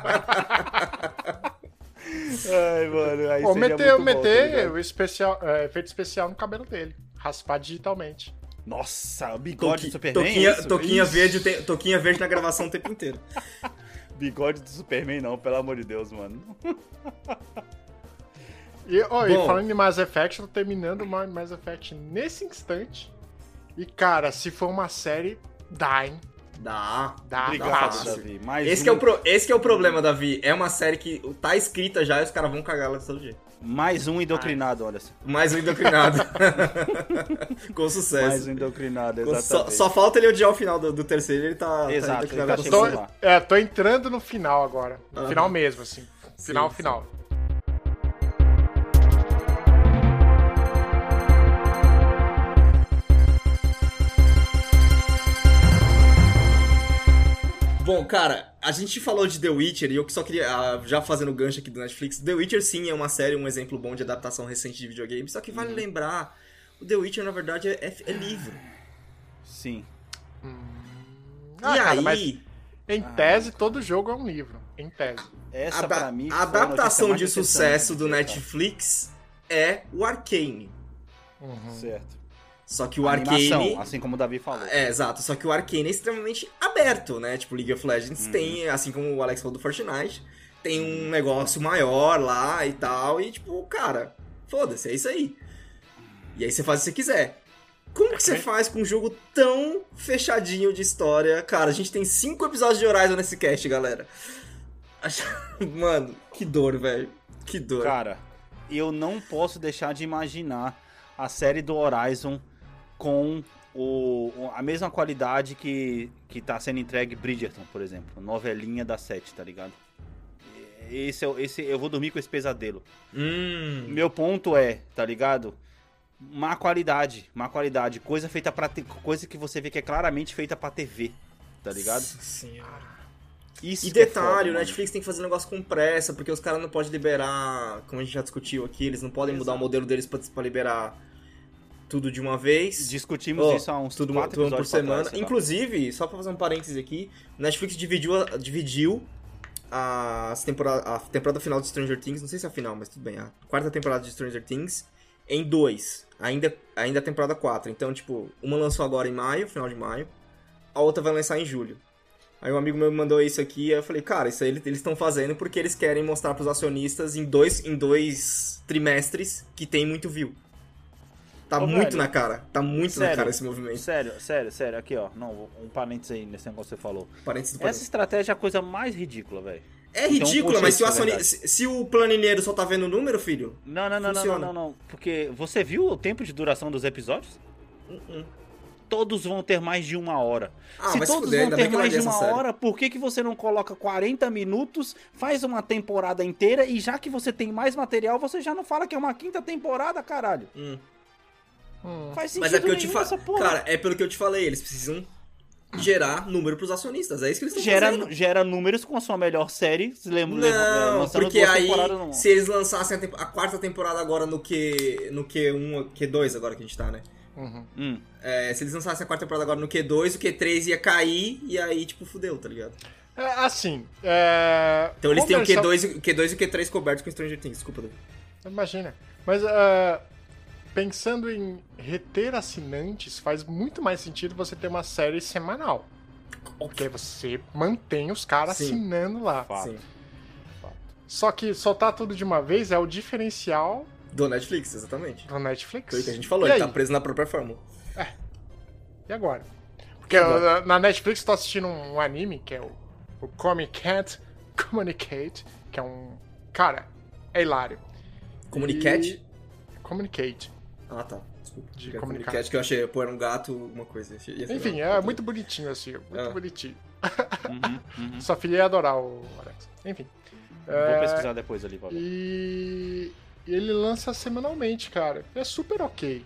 Ai, mano, aí meter o efeito especial no cabelo dele. Raspar digitalmente. Nossa, o bigode do Superman. Toquinha verde na gravação o tempo inteiro. Bigode do Superman não, pelo amor de Deus, mano. E falando em Mass Effect, eu tô terminando o Mass Effect nesse instante. E cara, se for uma série, dá, hein? Dá. Obrigado, Davi. Esse é o problema, Davi. É uma série que tá escrita já e os caras vão cagar lá de todo jeito. Mais um indocrinado, olha só. Mais um indocrinado. Com sucesso. Mais um indocrinado, exatamente. Só falta ele odiar o final do terceiro, ele tá... Exato, tá ele tá chegando lá. Tô entrando no final agora. No final mesmo, assim. Final. Bom, cara, a gente falou de The Witcher e eu só queria, já fazendo o gancho aqui do Netflix, The Witcher sim é uma série, um exemplo bom de adaptação recente de videogame, só que vale lembrar, o The Witcher na verdade é livro. Sim. Mas em tese todo jogo é um livro, em tese. Essa pra mim a adaptação de sucesso do Netflix é o Arcane. Certo. Só que o Arcane... assim como o Davi falou. Exato. Só que o Arcane é extremamente aberto, né? Tipo, League of Legends tem, assim como o Alex falou do Fortnite, tem um negócio maior lá e tal. E tipo, cara, foda-se, é isso aí. E aí você faz o que você quiser. Como que você faz com um jogo tão fechadinho de história? Cara, a gente tem 5 episódios de Horizon nesse cast, galera. Mano, que dor, velho. Que dor. Cara, eu não posso deixar de imaginar a série do Horizon com a mesma qualidade que tá sendo entregue Bridgerton, por exemplo. Novelinha da 7, tá ligado? Esse eu vou dormir com esse pesadelo. Meu ponto é, tá ligado? Má qualidade. Coisa que você vê que é claramente feita pra TV, tá ligado? Senhora. Isso e detalhe, foda, o Netflix tem que fazer um negócio com pressa, porque os caras não podem liberar, como a gente já discutiu aqui, eles não podem mudar o modelo deles pra liberar tudo de uma vez. Discutimos isso há uns 4 episódios por semana. Trás, inclusive, só pra fazer um parênteses aqui, o Netflix dividiu a temporada final de Stranger Things, não sei se é a final, mas tudo bem, a 4ª temporada de Stranger Things em 2, ainda a temporada 4. Então, tipo, uma lançou agora em maio, final de maio, a outra vai lançar em julho. Aí um amigo meu me mandou isso aqui e eu falei, cara, isso aí eles estão fazendo porque eles querem mostrar pros acionistas em dois trimestres que tem muito view. Tá muito na cara. Tá muito na cara esse movimento. Sério. Aqui, ó. Não, um parênteses aí nesse negócio que você falou. Parênteses. Essa estratégia é a coisa mais ridícula, velho. É ridícula, mas se o planineiro só tá vendo o número, filho... Não. Porque você viu o tempo de duração dos episódios? Todos vão ter mais de 1 hora. Se todos vão ter mais de 1 hora, por que você não coloca 40 minutos, faz uma temporada inteira e já que você tem mais material, você já não fala que é uma 5ª temporada, caralho? Faz sentido. Mas é porque eu te falei. Cara, é pelo que eu te falei, eles precisam gerar número pros acionistas. É isso que eles estão fazendo. Gera números com a sua melhor série. Não, porque aí, se eles lançassem a 4ª temporada agora no Q1, Q2 agora que a gente tá, né? Se eles lançassem a 4ª temporada agora no Q2, o Q3 ia cair e aí, tipo, fudeu, tá ligado? Então eles têm o Q2 e o Q3 cobertos com Stranger Things, desculpa, David. Imagina. Mas, pensando em reter assinantes, faz muito mais sentido você ter uma série semanal. Porque você mantém os caras assinando lá. Fato. Só que soltar tudo de uma vez é o diferencial Do Netflix, exatamente. do Netflix. Foi o que a gente falou, E ele aí? tá preso na própria fórmula. E agora? Porque na Netflix eu tô assistindo um anime que é o Can't Communicate, que é um... Cara, é hilário. Comunicate? Communicate. Ah, tá. Desculpa. De Porque é comunicar. Comunicate que eu achei, pô, era um gato, alguma coisa. Ia ser Enfim, legal. é muito bonitinho assim, muito É. bonitinho. Sua filha ia adorar o Alex. Enfim. Vou pesquisar depois ali, Pablo. E ele lança semanalmente, cara. É super ok.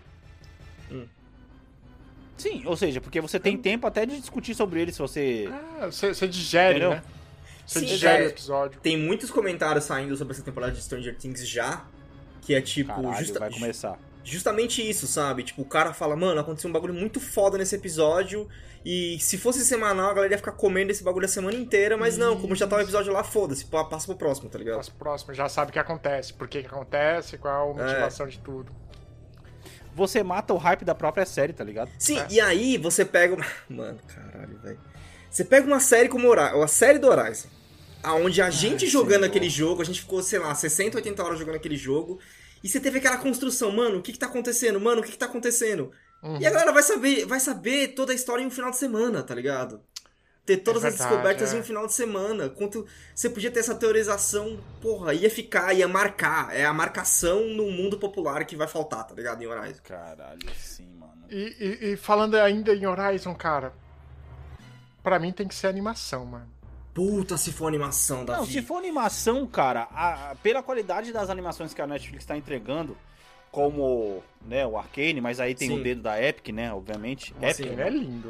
Sim, ou seja, porque você tem tempo até de discutir sobre ele se você... Você digere, Entendeu? né? Você Sim, digere é. o episódio. Tem muitos comentários saindo sobre essa temporada de Stranger Things já, que é tipo, Caralho, vai começar. justamente isso, sabe? Tipo, o cara fala, mano, aconteceu um bagulho muito foda nesse episódio, e se fosse semanal, a galera ia ficar comendo esse bagulho a semana inteira, mas não, como já tá o episódio lá, foda-se, passa pro próximo, tá ligado? As próximas já sabe o que acontece, por que acontece, qual a motivação de tudo. Você mata o hype da própria série, tá ligado? Sim, e aí você pega... Mano, caralho, velho. Você pega uma série como a série do Horizon, aonde a gente jogando aquele jogo, a gente ficou, sei lá, 60, 80 horas jogando aquele jogo, e você teve aquela construção, mano, o que tá acontecendo? Mano, o que tá acontecendo? E a galera vai saber toda a história em um final de semana, tá ligado? Ter todas as verdade, descobertas é. em um final de semana. Quanto você podia ter essa teorização, porra, ia marcar. É a marcação no mundo popular que vai faltar, tá ligado? Em Horizon. Caralho, sim, mano. E falando ainda em Horizon, cara, pra mim tem que ser animação, mano. Puta, se for animação, Davi. Não, se for animação, cara, pela qualidade das animações que a Netflix tá entregando, como, né, o Arcane, mas aí tem Sim. o dedo da Epic, né, obviamente. Assim, Epic, Ele é lindo,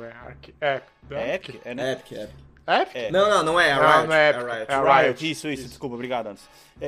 é Epic, é, né? Epic. Epic? É. Não é. É Não, Riot. não é É Epic. Riot. É a Riot, isso, desculpa, obrigado, Anderson.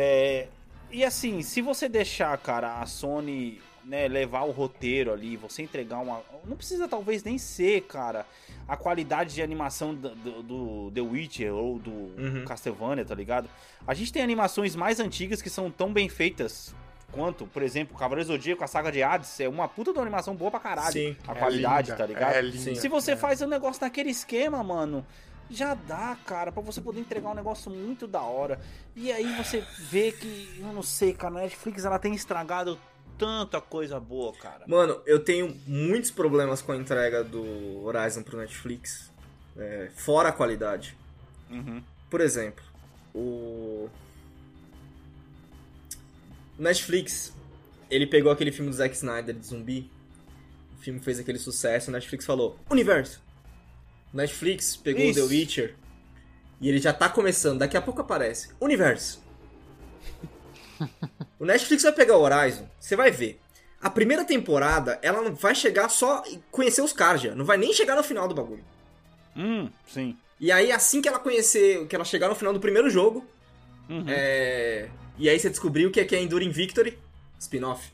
E assim, se você deixar, cara, a Sony, né, levar o roteiro ali, você entregar uma... Não precisa talvez nem ser, cara, a qualidade de animação do The Witcher ou do Castlevania, tá ligado? A gente tem animações mais antigas que são tão bem feitas quanto, por exemplo, Cavaleiro Zodíaco, a saga de Hades, é uma puta de uma animação boa pra caralho. Sim. A qualidade, linda, tá ligado? é linda. Se você faz um negócio naquele esquema, mano, já dá, cara, pra você poder entregar um negócio muito da hora. E aí você vê que, eu não sei, cara, a Netflix ela tem estragado tanta coisa boa, cara. Mano, eu tenho muitos problemas com a entrega do Horizon pro Netflix. Fora a qualidade. Por exemplo, o Netflix, ele pegou aquele filme do Zack Snyder de zumbi. O filme fez aquele sucesso, o Netflix falou, universo. O Netflix pegou Isso. o The Witcher e ele já tá começando, daqui a pouco aparece, universo. O Netflix vai pegar o Horizon, você vai ver. A primeira temporada, ela não vai chegar só conhecer os caras já, não vai nem chegar no final do bagulho. Sim. E aí, assim que ela conhecer, que ela chegar no final do primeiro jogo, e aí você descobriu que é Enduring Victory, spin-off.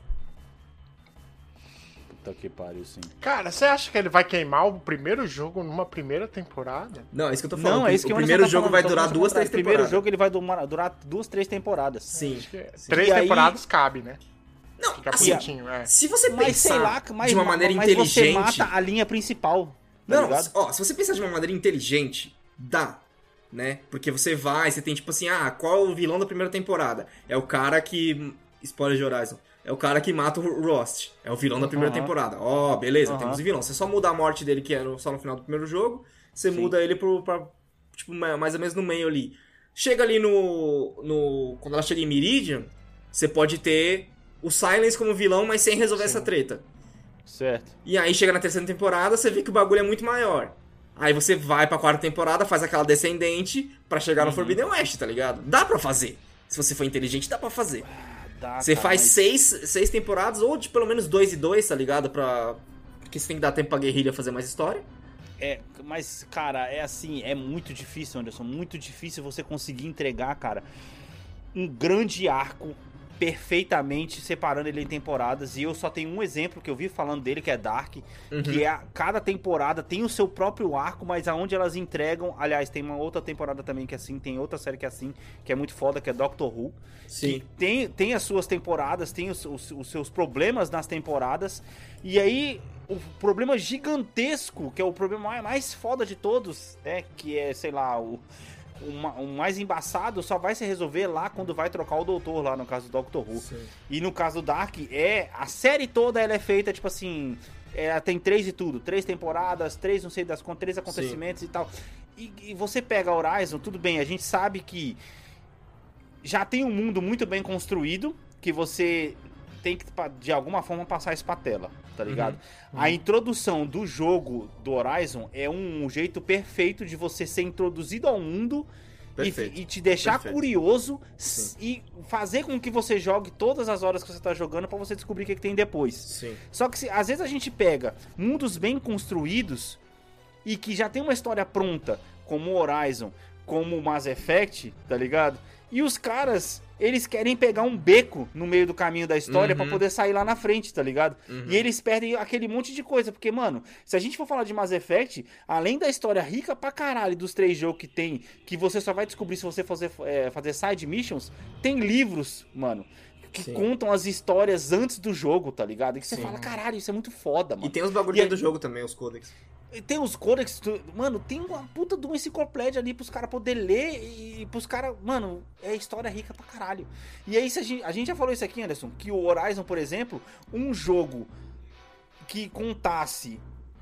Puta que pariu, sim. Cara, você acha que ele vai queimar o primeiro jogo numa primeira temporada? Não, é isso que eu tô falando. Não, é isso que o Anderson primeiro tá jogo falando, vai tô durar falando 2, ao 3 contrário. O primeiro temporadas. jogo ele vai durar 2, 3 temporadas. Sim. sim. 3 E aí- temporadas cabe, né? Não, Fica assim, bonitinho, se você Mas pensar sei lá, de uma maneira mas inteligente... você mata a linha principal, tá Não, ligado? ó, se você pensar de uma maneira inteligente, dá, né? Porque você tem tipo assim, qual é o vilão da primeira temporada? É o cara que... Spoiler de Horizon. É o cara que mata o Rost. É o vilão da primeira temporada. Ó, beleza, temos o vilão. Você só muda a morte dele, que é só no final do primeiro jogo. Você muda ele pra, tipo, mais ou menos no meio ali. Chega ali quando ela chega em Meridian, você pode ter o Silence como vilão, mas sem resolver essa treta. Certo. E aí chega na terceira temporada, você vê que o bagulho é muito maior. Aí você vai pra quarta temporada, faz aquela descendente pra chegar no Forbidden West, tá ligado? Dá pra fazer. Se você for inteligente, dá pra fazer. Você faz 6 temporadas, ou de pelo menos 2 e 2, tá ligado? Porque você tem que dar tempo pra guerrilha fazer mais história. Mas, cara, é assim, é muito difícil, Anderson, muito difícil você conseguir entregar, cara, um grande arco perfeitamente separando ele em temporadas, e eu só tenho um exemplo que eu vi falando dele, que é Dark, que é cada temporada tem o seu próprio arco, mas aonde elas entregam, aliás, tem uma outra temporada também que é assim, tem outra série que é assim, que é muito foda, que é Doctor Who, Sim. que tem as suas temporadas, tem os seus problemas nas temporadas, e aí o problema gigantesco, que é o problema mais foda de todos, né, que é, sei lá, o mais embaçado só vai se resolver lá quando vai trocar o doutor lá, no caso do Doctor Who. Sim. E no caso do Dark, a série toda ela é feita, tipo assim, tem 3 e tudo, 3 temporadas, 3 não sei das contas, 3 acontecimentos e tal. E você pega Horizon, tudo bem, a gente sabe que já tem um mundo muito bem construído, que você tem que, de alguma forma, passar isso pra tela, tá ligado? A introdução do jogo do Horizon é um jeito perfeito de você ser introduzido ao mundo e te deixar curioso e fazer com que você jogue todas as horas que você tá jogando pra você descobrir o que tem depois. Sim. Só que às vezes a gente pega mundos bem construídos e que já tem uma história pronta, como o Horizon, como o Mass Effect, tá ligado? E os caras, eles querem pegar um beco no meio do caminho da história pra poder sair lá na frente, tá ligado? E eles perdem aquele monte de coisa, porque, mano, se a gente for falar de Mass Effect, além da história rica pra caralho dos 3 jogos que tem, que você só vai descobrir se você fazer side missions, tem livros, mano, que contam as histórias antes do jogo, tá ligado? E que você fala, caralho, isso é muito foda, mano. E tem os bagulhinhos do jogo também, os codecs. Tem os codecs, mano, tem uma puta de uma enciclopédia ali pros caras poderem ler e pros caras, mano, é história rica pra caralho. E aí, a gente já falou isso aqui, Anderson, que o Horizon, por exemplo, um jogo que contasse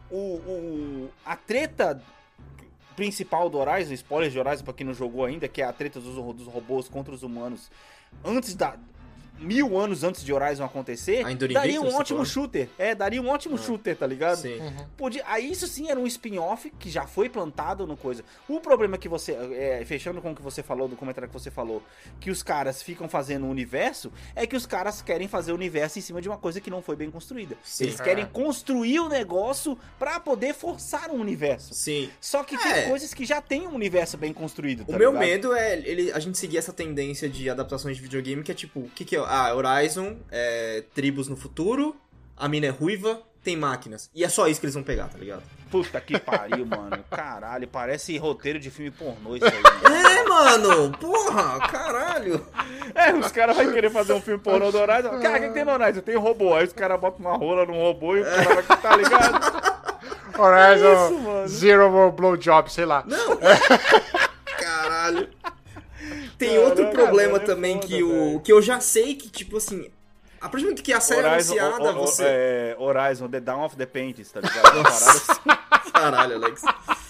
a treta principal do Horizon, spoilers de Horizon pra quem não jogou ainda, que é a treta dos robôs contra os humanos, antes 1000 anos antes de Horizon acontecer, daria um ótimo shooter. Daria um ótimo shooter, tá ligado? Sim. Aí isso sim era um spin-off que já foi plantado no coisa. O problema é que você, fechando com o que você falou, do comentário que você falou, que os caras ficam fazendo o universo, é que os caras querem fazer o universo em cima de uma coisa que não foi bem construída. Sim. Eles querem construir o negócio pra poder forçar um universo. Sim. Só que tem coisas que já tem um universo bem construído, tá O meu ligado? medo é a gente seguir essa tendência de adaptações de videogame, que é tipo, o que é? Horizon, tribos no futuro, a mina é ruiva, tem máquinas. E é só isso que eles vão pegar, tá ligado? Puta que pariu, mano. Caralho, parece roteiro de filme pornô isso aí. Mano, porra, caralho. Os caras vão querer fazer um filme pornô do Horizon. Cara, o que tem no Horizon? Tem robô. Aí os caras botam uma rola num robô e o cara vai, tá ligado? Horizon Zero Blowjob, sei lá. Não. Caralho. Tem outro problema também, que eu já sei que, tipo assim, a partir do momento que a série é anunciada, você... Horizon, The Dawn of the Paints, tá ligado? Caralho, Alex.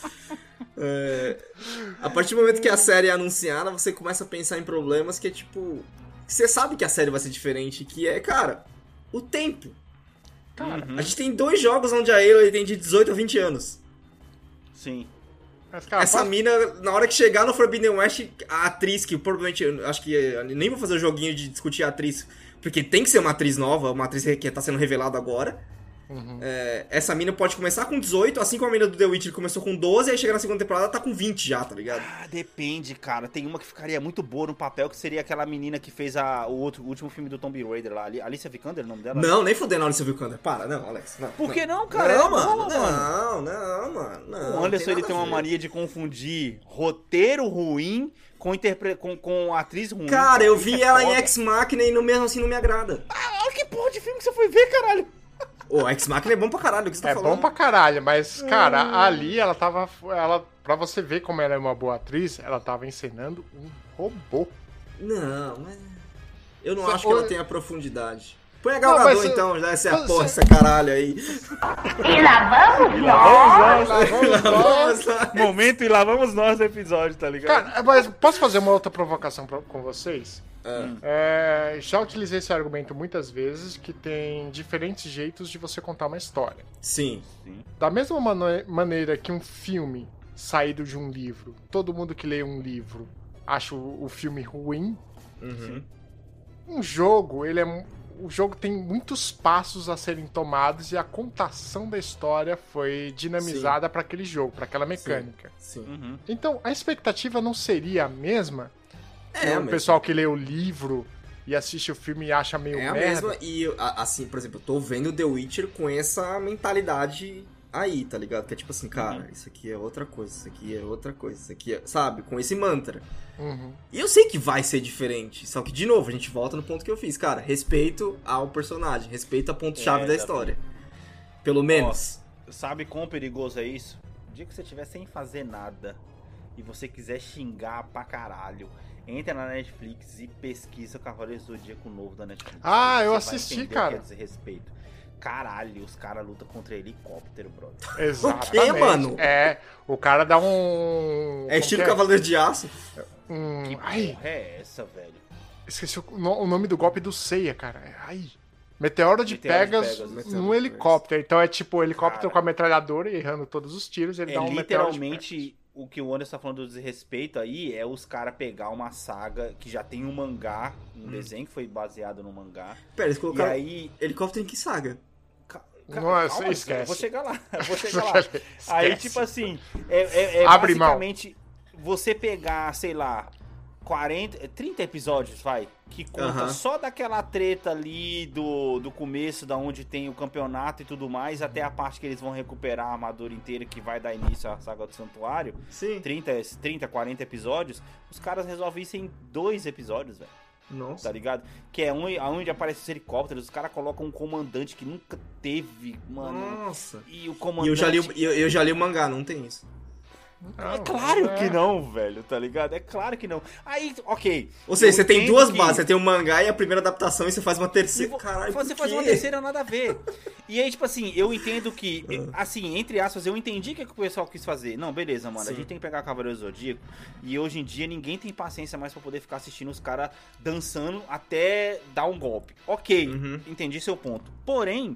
A partir do momento que a série é anunciada, você começa a pensar em problemas que é tipo... Você sabe que a série vai ser diferente, que é, cara, o tempo. Cara, a gente tem 2 jogos onde a Aloy tem de 18 a 20 anos. Sim. Mas, cara, essa mina, na hora que chegar no Forbidden West, a atriz, que provavelmente, eu acho que eu nem vou fazer o joguinho de discutir a atriz, porque tem que ser uma atriz nova, uma atriz que tá sendo revelada agora. Essa mina pode começar com 18, assim como a mina do The Witcher começou com 12, aí chega na segunda temporada, ela tá com 20 já, tá ligado? Depende, cara. Tem uma que ficaria muito boa no papel, que seria aquela menina que fez o último filme do Tomb Raider lá. Alicia Vikander, é o nome dela? Não, nem fudendo a Alicia Vikander. Para, não, Alex. Não, Por que não, cara? Não, mano. Não. O Anderson, ele tem uma mania de confundir roteiro ruim com atriz ruim. Cara, eu vi ela em Ex Machina e mesmo assim não me agrada. Olha que porra de filme que você foi ver, caralho. Ex Machina é bom pra caralho, o que você tá falando? É bom pra caralho, mas, cara, ali ela tava... Pra você ver como ela é uma boa atriz, ela tava encenando um robô. Não, mas... Eu não acho que ela tenha profundidade. Põe a Gal Gadot, então, já essa caralho aí. E lá vamos nós! Momento, e lá vamos nós do episódio, tá ligado? Cara, mas posso fazer uma outra provocação com vocês? Já utilizei esse argumento muitas vezes, que tem diferentes jeitos de você contar uma história. Sim. Da mesma maneira que um filme saído de um livro, todo mundo que lê um livro acha o filme ruim, um jogo, o jogo tem muitos passos a serem tomados e a contação da história foi dinamizada para aquele jogo, para aquela mecânica. Sim. Então, a expectativa não seria a mesma? O mesma. pessoal que lê o livro e assiste o filme e acha meio merda. É a mesma, e assim, por exemplo, eu tô vendo The Witcher com essa mentalidade aí, tá ligado? Que é tipo assim, cara, isso aqui é outra coisa, isso aqui é outra coisa, isso aqui é... Sabe? Com esse mantra. E eu sei que vai ser diferente, só que, de novo, a gente volta no ponto que eu fiz. Cara, respeito ao personagem, respeito a ponto-chave da história. Pelo menos. Sabe quão perigoso é isso? O dia que você estiver sem fazer nada e você quiser xingar pra caralho, entra na Netflix e pesquisa Cavaleiros do Zodíaco novo da Netflix. Ah, eu Você vai assisti, entender cara. o que é desrespeito. Caralho, os caras lutam contra helicóptero, brother. Exatamente. O quê, mano? O cara dá um... É estilo como que Cavaleiro de Aço? Que Ai, porra é essa, velho? esqueci o nome do golpe do Seiya, cara. Ai. Meteoro de Meteoro de Pegas Pegasus, num helicóptero. Então é tipo o helicóptero Cara. com a metralhadora e errando todos os tiros, ele dá um meteoro de Pegasus. Literalmente o que o Anderson tá falando do desrespeito aí é os caras pegar uma saga que já tem um mangá, um desenho que foi baseado no mangá. Pera, eles E colocaram aí. helicóptero em que saga? Nossa, esquece. Eu vou chegar lá. Aí, Esquece. tipo assim, Abre mão. basicamente você pegar, sei lá, 30 episódios, vai, que conta só daquela treta ali do começo, da onde tem o campeonato e tudo mais, até a parte que eles vão recuperar a armadura inteira, que vai dar início à saga do Santuário. Sim. 30, 40 episódios, os caras resolvem isso em 2 episódios, velho. Nossa. Tá ligado? Que é onde aparecem os helicópteros, os caras colocam um comandante que nunca teve, mano. Nossa. E o E comandante... eu já li o mangá, não tem isso. É claro que não, velho, tá ligado? É claro que não. Aí, ok. Ou seja, eu você tem entendo duas que- bases, você tem o mangá e a primeira adaptação e você faz uma e terceira. Caralho, você por faz quê? uma terceira, nada a ver. E aí, tipo assim, eu entendo que, assim, entre aspas, eu entendi o que o pessoal quis fazer. Não, beleza, mano, Sim. a gente tem que pegar Cavaleiro do Zodíaco e hoje em dia ninguém tem paciência mais pra poder ficar assistindo os caras dançando até dar um golpe. Ok, entendi seu ponto. Porém,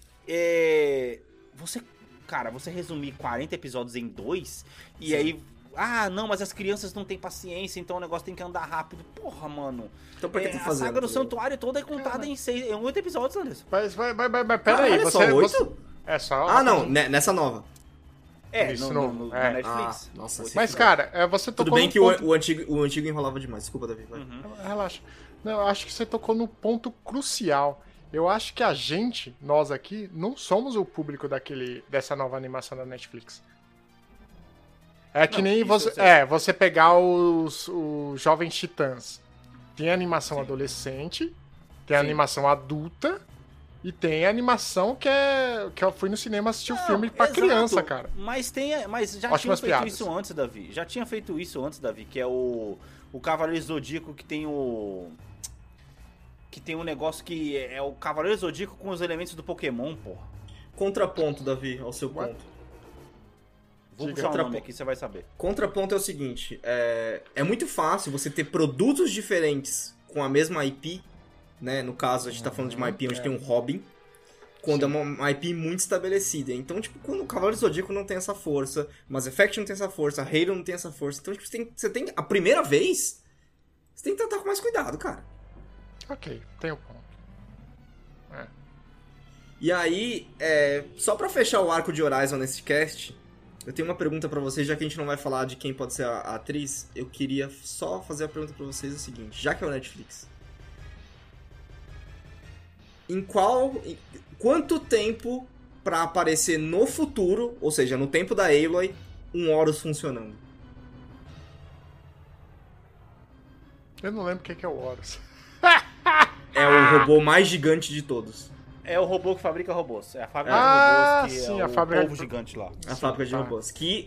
você resumir 40 episódios em 2 e aí... Ah, não, mas as crianças não têm paciência, então o negócio tem que andar rápido. Porra, mano. Então pra que tá A fazendo? saga do Santuário toda é contada em 8 episódios, Anderson. Mas pera Caralho, aí, é você... só 8? você- É só... Ah, não, nessa nova. Isso, no é. Netflix. Ah, nossa, Oito Mas, episódios. cara, você tocou Tudo bem num que ponto... o antigo enrolava demais. Desculpa, Davi. Vai. Relaxa. Não, eu acho que você tocou no ponto crucial. Eu acho que a gente, nós aqui, não somos o público dessa nova animação da Netflix. É que Não, nem isso você, eu sei. você pegar os Jovens Titãs. Tem a animação adolescente, tem a animação adulta e tem a animação que eu fui no cinema assistir o filme pra Exato. criança, cara. Mas já Ótimas tinha feito piadas. isso antes, Davi. Já tinha feito isso antes, Davi, que é o Cavaleiro Zodíaco que tem o... Que tem um negócio que é o Cavaleiro Zodíaco com os elementos do Pokémon, porra. Contraponto, Davi, ao seu ponto. Vou Diga. puxar o nome Contraponto. aqui, você vai saber. Contraponto é o seguinte, é muito fácil você ter produtos diferentes com a mesma IP, né? No caso, a gente tá falando de uma IP onde tem um Robin, quando é uma IP muito estabelecida. Então, tipo, quando o Cavaleiro do Zodíaco não tem essa força, Mass Effect não tem essa força, Halo não tem essa força, então, tipo, você tem a primeira vez, você tem que tratar com mais cuidado, cara. Ok, tem o ponto. E aí, só pra fechar o arco de Horizon nesse cast, eu tenho uma pergunta pra vocês, já que a gente não vai falar de quem pode ser a atriz, eu queria só fazer a pergunta pra vocês o seguinte, já que é o Netflix, quanto tempo pra aparecer no futuro, ou seja, no tempo da Aloy, um Horus funcionando? Eu não lembro o que é o Horus. É o robô mais gigante de todos. É o robô que fabrica robôs. É a fábrica Ah, de robôs que sim, é a o fábrica povo de- gigante lá. A fábrica de tá. robôs. Que,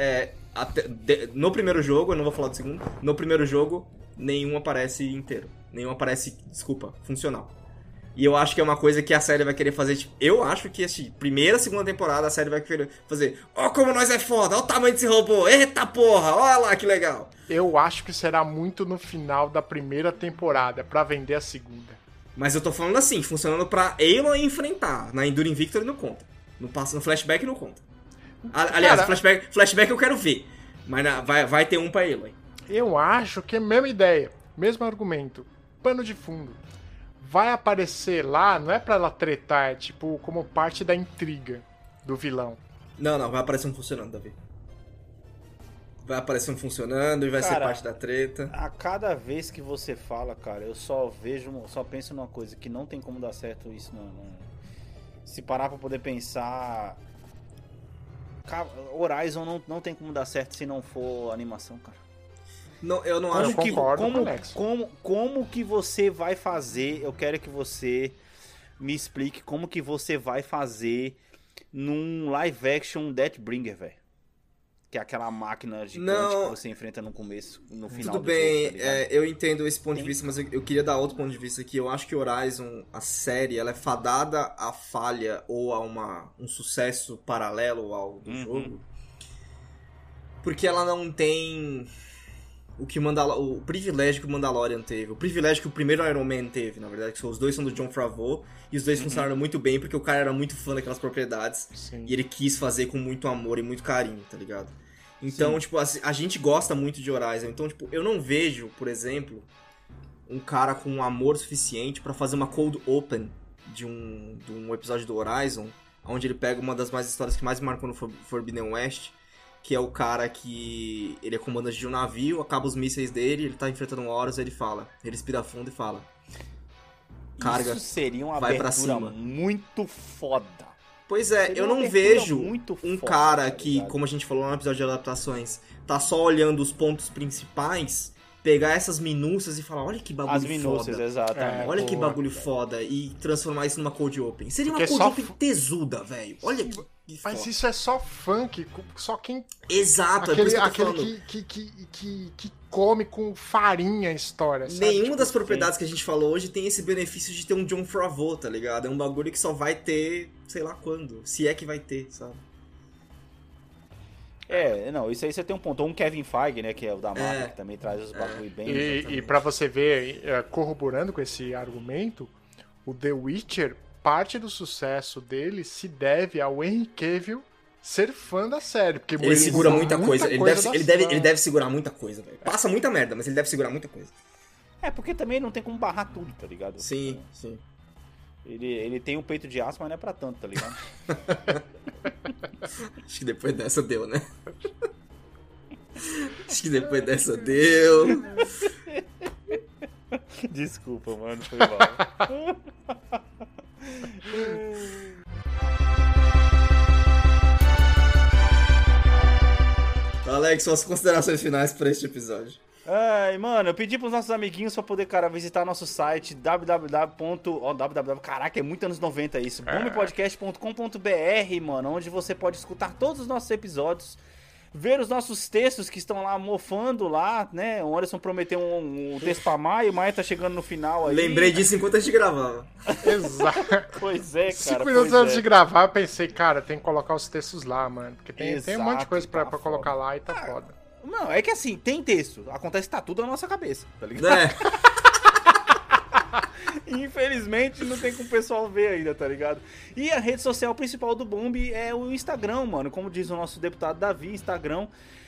no primeiro jogo, eu não vou falar do segundo, no primeiro jogo, nenhum aparece inteiro. Nenhum aparece, funcional. E eu acho que é uma coisa que a série vai querer fazer, tipo, eu acho que primeira, segunda temporada, a série vai querer fazer, ó como nós é foda, ó o tamanho desse robô, eita porra, olha lá que legal. Eu acho que será muito no final da primeira temporada, pra vender a segunda. Mas eu tô falando assim, funcionando pra Aloy enfrentar. Na Enduring Victory não conta. No flashback não conta. Aliás, Cara, flashback eu quero ver. Mas vai ter um pra Aloy. Eu acho que é a mesma ideia, mesmo argumento. Pano de fundo. Vai aparecer lá, não é pra ela tretar, é tipo como parte da intriga do vilão. Não, vai aparecer um funcionando, Davi. Vai aparecer um funcionando e vai ser Cara, parte da treta. A cada vez que você fala, cara, eu só penso numa coisa, que não tem como dar certo isso. Se parar pra poder pensar... Horizon não tem como dar certo se não for animação, cara. Não, eu não Eu acho que... concordo com o Alex. Como que você vai fazer? Eu quero que você me explique como que você vai fazer num live action Deathbringer, velho. que é aquela máquina gigante Não. que você enfrenta no começo, no final Tudo do bem, jogo, tá ligado? eu entendo esse ponto de vista, mas eu queria dar outro ponto de vista aqui. Eu acho que Horizon, a série, ela é fadada à falha ou a um sucesso paralelo ao do jogo. Porque ela não tem o privilégio que o Mandalorian teve. O privilégio que o primeiro Iron Man teve, na verdade. Que os dois são do John Favreau. E os dois funcionaram muito bem, porque o cara era muito fã daquelas propriedades. Sim. E ele quis fazer com muito amor e muito carinho, tá ligado? Então, tipo, a gente gosta muito de Horizon. Então, tipo, eu não vejo, por exemplo, um cara com um amor suficiente pra fazer uma cold open de um episódio do Horizon, onde ele pega uma das histórias que mais marcou no Forbidden West, que é o cara que ele é comandante de um navio, acaba os mísseis dele, ele tá enfrentando um Horus, ele respira fundo e fala: carga, isso seria uma vai pra abertura cima. muito foda. Pois é, Seria eu uma não abertura vejo muito um foda, cara tá que, ligado? como a gente falou no episódio de adaptações, tá só olhando os pontos principais, pegar essas minúcias e falar: olha que bagulho As minúcias, foda. exatamente. Olha que boa. bagulho foda. E transformar isso numa cold open. Seria Porque uma cold só open tesuda, velho. Olha que Mas foda. isso é só funk, só quem. Exato, é por isso que eu tô Aquele falando. que come com farinha a história, sabe? Nenhuma Tipo, das propriedades que a gente falou hoje tem esse benefício de ter um John Favreau, tá ligado? É um bagulho que só vai ter, sei lá quando. Se é que vai ter, sabe? Não, isso aí você tem um ponto. Ou um Kevin Feige, né, que é o da Marvel, que também traz os bagulho bem... E pra você ver, corroborando com esse argumento, o The Witcher, parte do sucesso dele se deve ao Henry Cavill ser fã da série. Porque Ele segura muita coisa. da Ele deve segurar muita coisa, velho. Passa muita merda, mas ele deve segurar muita coisa. É, porque também não tem como barrar tudo, tá ligado? Sim, sim. Ele tem um peito de aço, mas não é pra tanto, tá ligado? Acho que depois dessa deu, né? Acho que depois dessa deu. Desculpa, mano, foi mal. Alex, suas considerações finais pra este episódio. Ai, mano, eu pedi pros nossos amiguinhos pra poder, cara, visitar nosso site Caraca, é muito anos 90 isso. bombpodcast.com.br, mano, onde você pode escutar todos os nossos episódios, ver os nossos textos que estão lá mofando lá, né? O Anderson prometeu um texto pra Maia, o Maia tá chegando no final aí. Lembrei disso enquanto a gente gravava. Exato. Pois é, cara. 5 minutos antes de gravar, eu pensei, cara, tem que colocar os textos lá, mano. Porque tem um monte de coisa pra tá colocar foda. lá e tá foda. Não, é que assim, tem texto. Acontece que tá tudo na nossa cabeça, tá ligado? É. Infelizmente não tem como o pessoal ver ainda, tá ligado? E a rede social principal do Bomb é o Instagram, mano. Como diz o nosso deputado Davi, Instagram,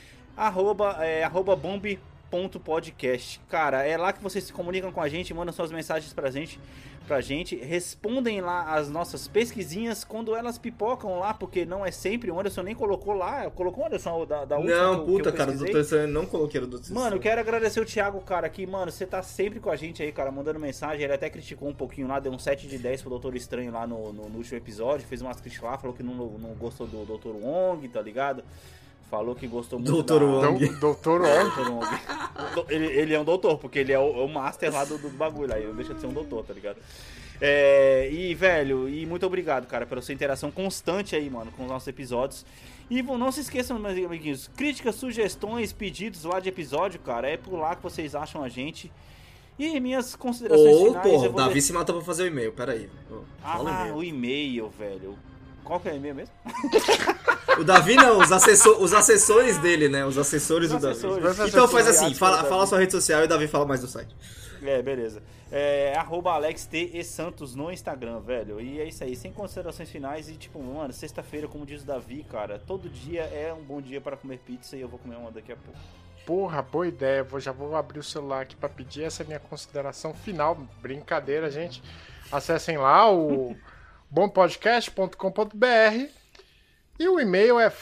@ bomb.podcast. Cara, é lá que vocês se comunicam com a gente, mandam suas mensagens pra gente, respondem lá as nossas pesquisinhas quando elas pipocam lá, porque não é sempre. O Anderson nem colocou lá. Colocou o Anderson da última Não, puta, que eu cara, do pesquisei? Doutor não coloquei o Doutor Mano, eu quero agradecer o Thiago, cara, que, mano, você tá sempre com a gente aí, cara, mandando mensagem. Ele até criticou um pouquinho lá, deu um 7 de 10 pro Doutor Estranho lá no último episódio. Fez umas críticas lá, falou que não gostou do Dr. Wong, tá ligado? Falou que gostou muito Dr. Wong. Doutor Wong. Dr. Wong. Ele é um doutor, porque ele é o master lá do bagulho lá. Ele não deixa de ser um doutor, tá ligado? E, velho, muito obrigado, cara, pela sua interação constante aí, mano, com os nossos episódios. E não se esqueçam, meus amiguinhos, críticas, sugestões, pedidos lá de episódio, cara, é por lá que vocês acham a gente. E minhas considerações finais... Porra, eu o vou Davi se matou pra fazer o e-mail, peraí. Fala o e-mail. o e-mail, velho. Qual que é o e-mail mesmo? O Davi não, os assessores dele, né? Os assessores do Davi. assessores. Então faz assim, Assessores, fala Davi. a sua rede social e o Davi fala mais do site. Beleza. @AlexTESantos no Instagram, velho. E é isso aí, sem considerações finais. E tipo, mano, sexta-feira, como diz o Davi, cara, todo dia é um bom dia para comer pizza e eu vou comer uma daqui a pouco. Porra, boa ideia. Já vou abrir o celular aqui pra pedir. Essa é a minha consideração final. Brincadeira, gente. Acessem lá o bompodcast.com.br e o e-mail é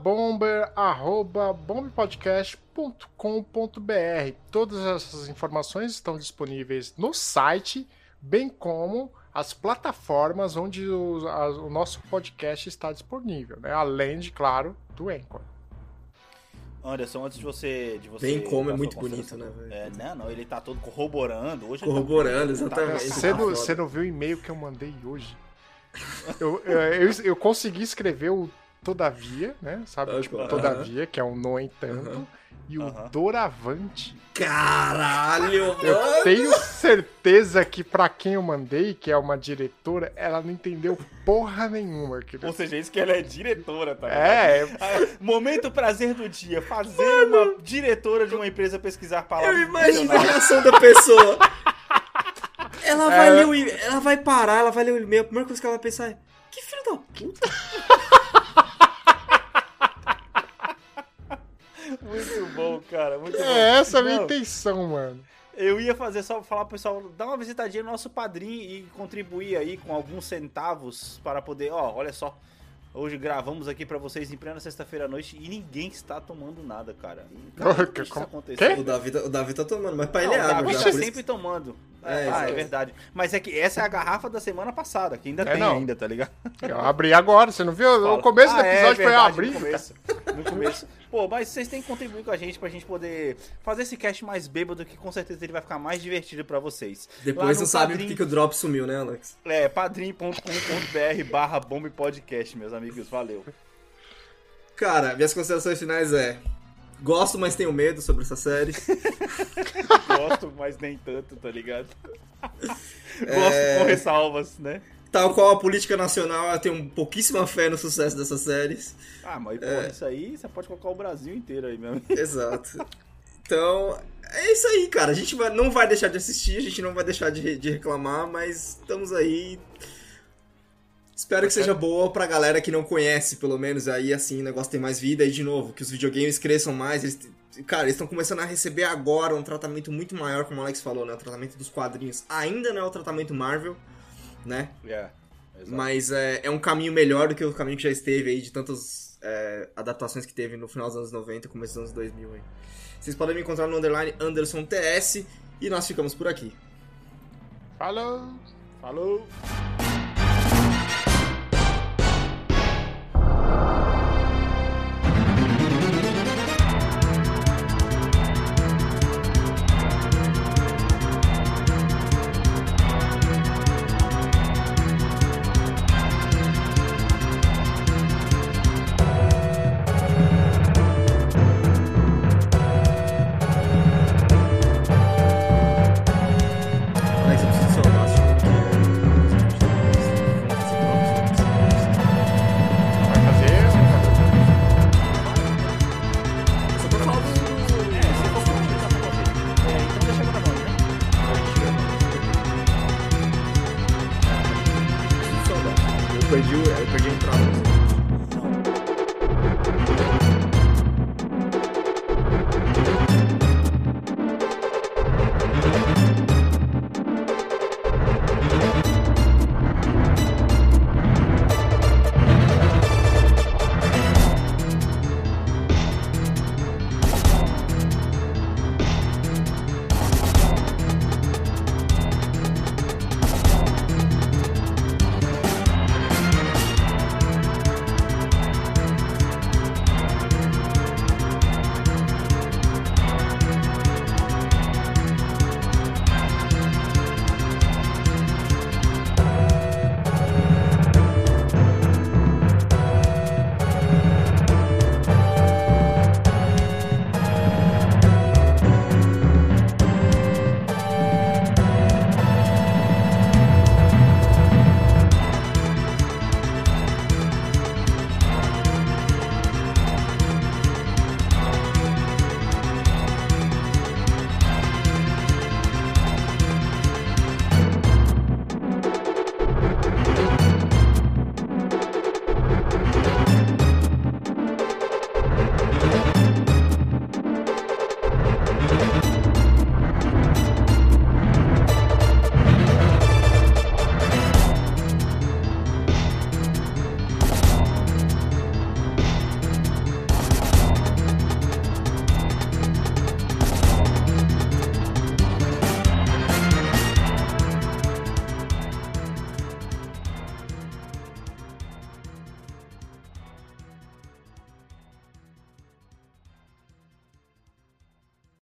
falabomber@bombpodcast.com.br. Todas essas informações estão disponíveis no site, bem como as plataformas onde o nosso podcast está disponível, né? Além de, claro, do Anchor. Anderson, antes de você Bem como dar é sua muito consideração- bonito, né, velho? Não, ele tá todo corroborando. Hoje Corroborando, ele tá- exatamente. Você não viu o e-mail que eu mandei hoje? Eu consegui escrever o Todavia, né? Sabe, tipo, todavia, que é um no entanto. E o doravante. Caralho, mano! Eu tenho certeza que pra quem eu mandei, que é uma diretora, ela não entendeu porra nenhuma. Ou seja, isso que ela é diretora, tá? Momento prazer do dia. Fazer uma diretora de uma empresa pesquisar palavras. Eu imagino a reação da pessoa. Ela vai ler o e-mail, ela vai parar, ela vai ler o e-mail. A primeira coisa que ela vai pensar é: que filho da puta! Muito bom, cara. Muito bom. Essa é a minha intenção, mano. Eu ia fazer só falar pro pessoal, dar uma visitadinha no nosso padrinho e contribuir aí com alguns centavos para poder, olha só. Hoje gravamos aqui pra vocês em plena sexta-feira à noite e ninguém está tomando nada, cara. Que isso aconteceu. O Davi tá tomando, mas pra ele é O água. Davi Já, tá por sempre tomando. É verdade. Mas é que essa é a garrafa da semana passada, que ainda tem ainda, tá ligado? Eu abri agora, você não viu? No começo do episódio foi eu abrir. No começo. Pô, mas vocês têm que contribuir com a gente pra gente poder fazer esse cast mais bêbado, que com certeza ele vai ficar mais divertido pra vocês. Depois não sabe por que o drop sumiu, né, Alex? padrim.com.br/bombpodcast, meus amigos. Valeu. Cara, minhas considerações finais gosto, mas tenho medo sobre essa série. Gosto, mas nem tanto, tá ligado? Gosto com ressalvas, né? Tal qual a política nacional, eu tenho pouquíssima fé no sucesso dessas séries. Mas isso aí, você pode colocar o Brasil inteiro aí mesmo. Exato. Então, é isso aí, cara. A gente não vai deixar de assistir, a gente não vai deixar de reclamar, mas estamos aí. Espero que seja boa pra galera que não conhece, pelo menos. Aí, assim, o negócio tem mais vida. E, de novo, que os videogames cresçam mais. Eles estão começando a receber agora um tratamento muito maior, como o Alex falou, né? O tratamento dos quadrinhos. Ainda não é o tratamento Marvel, né? Mas é um caminho melhor do que o caminho que já esteve aí, de tantas adaptações que teve no final dos anos 90 e começo dos anos 2000. Aí. Vocês podem me encontrar no _AndersonTS. E nós ficamos por aqui. Falou! Eu perdi a entrada.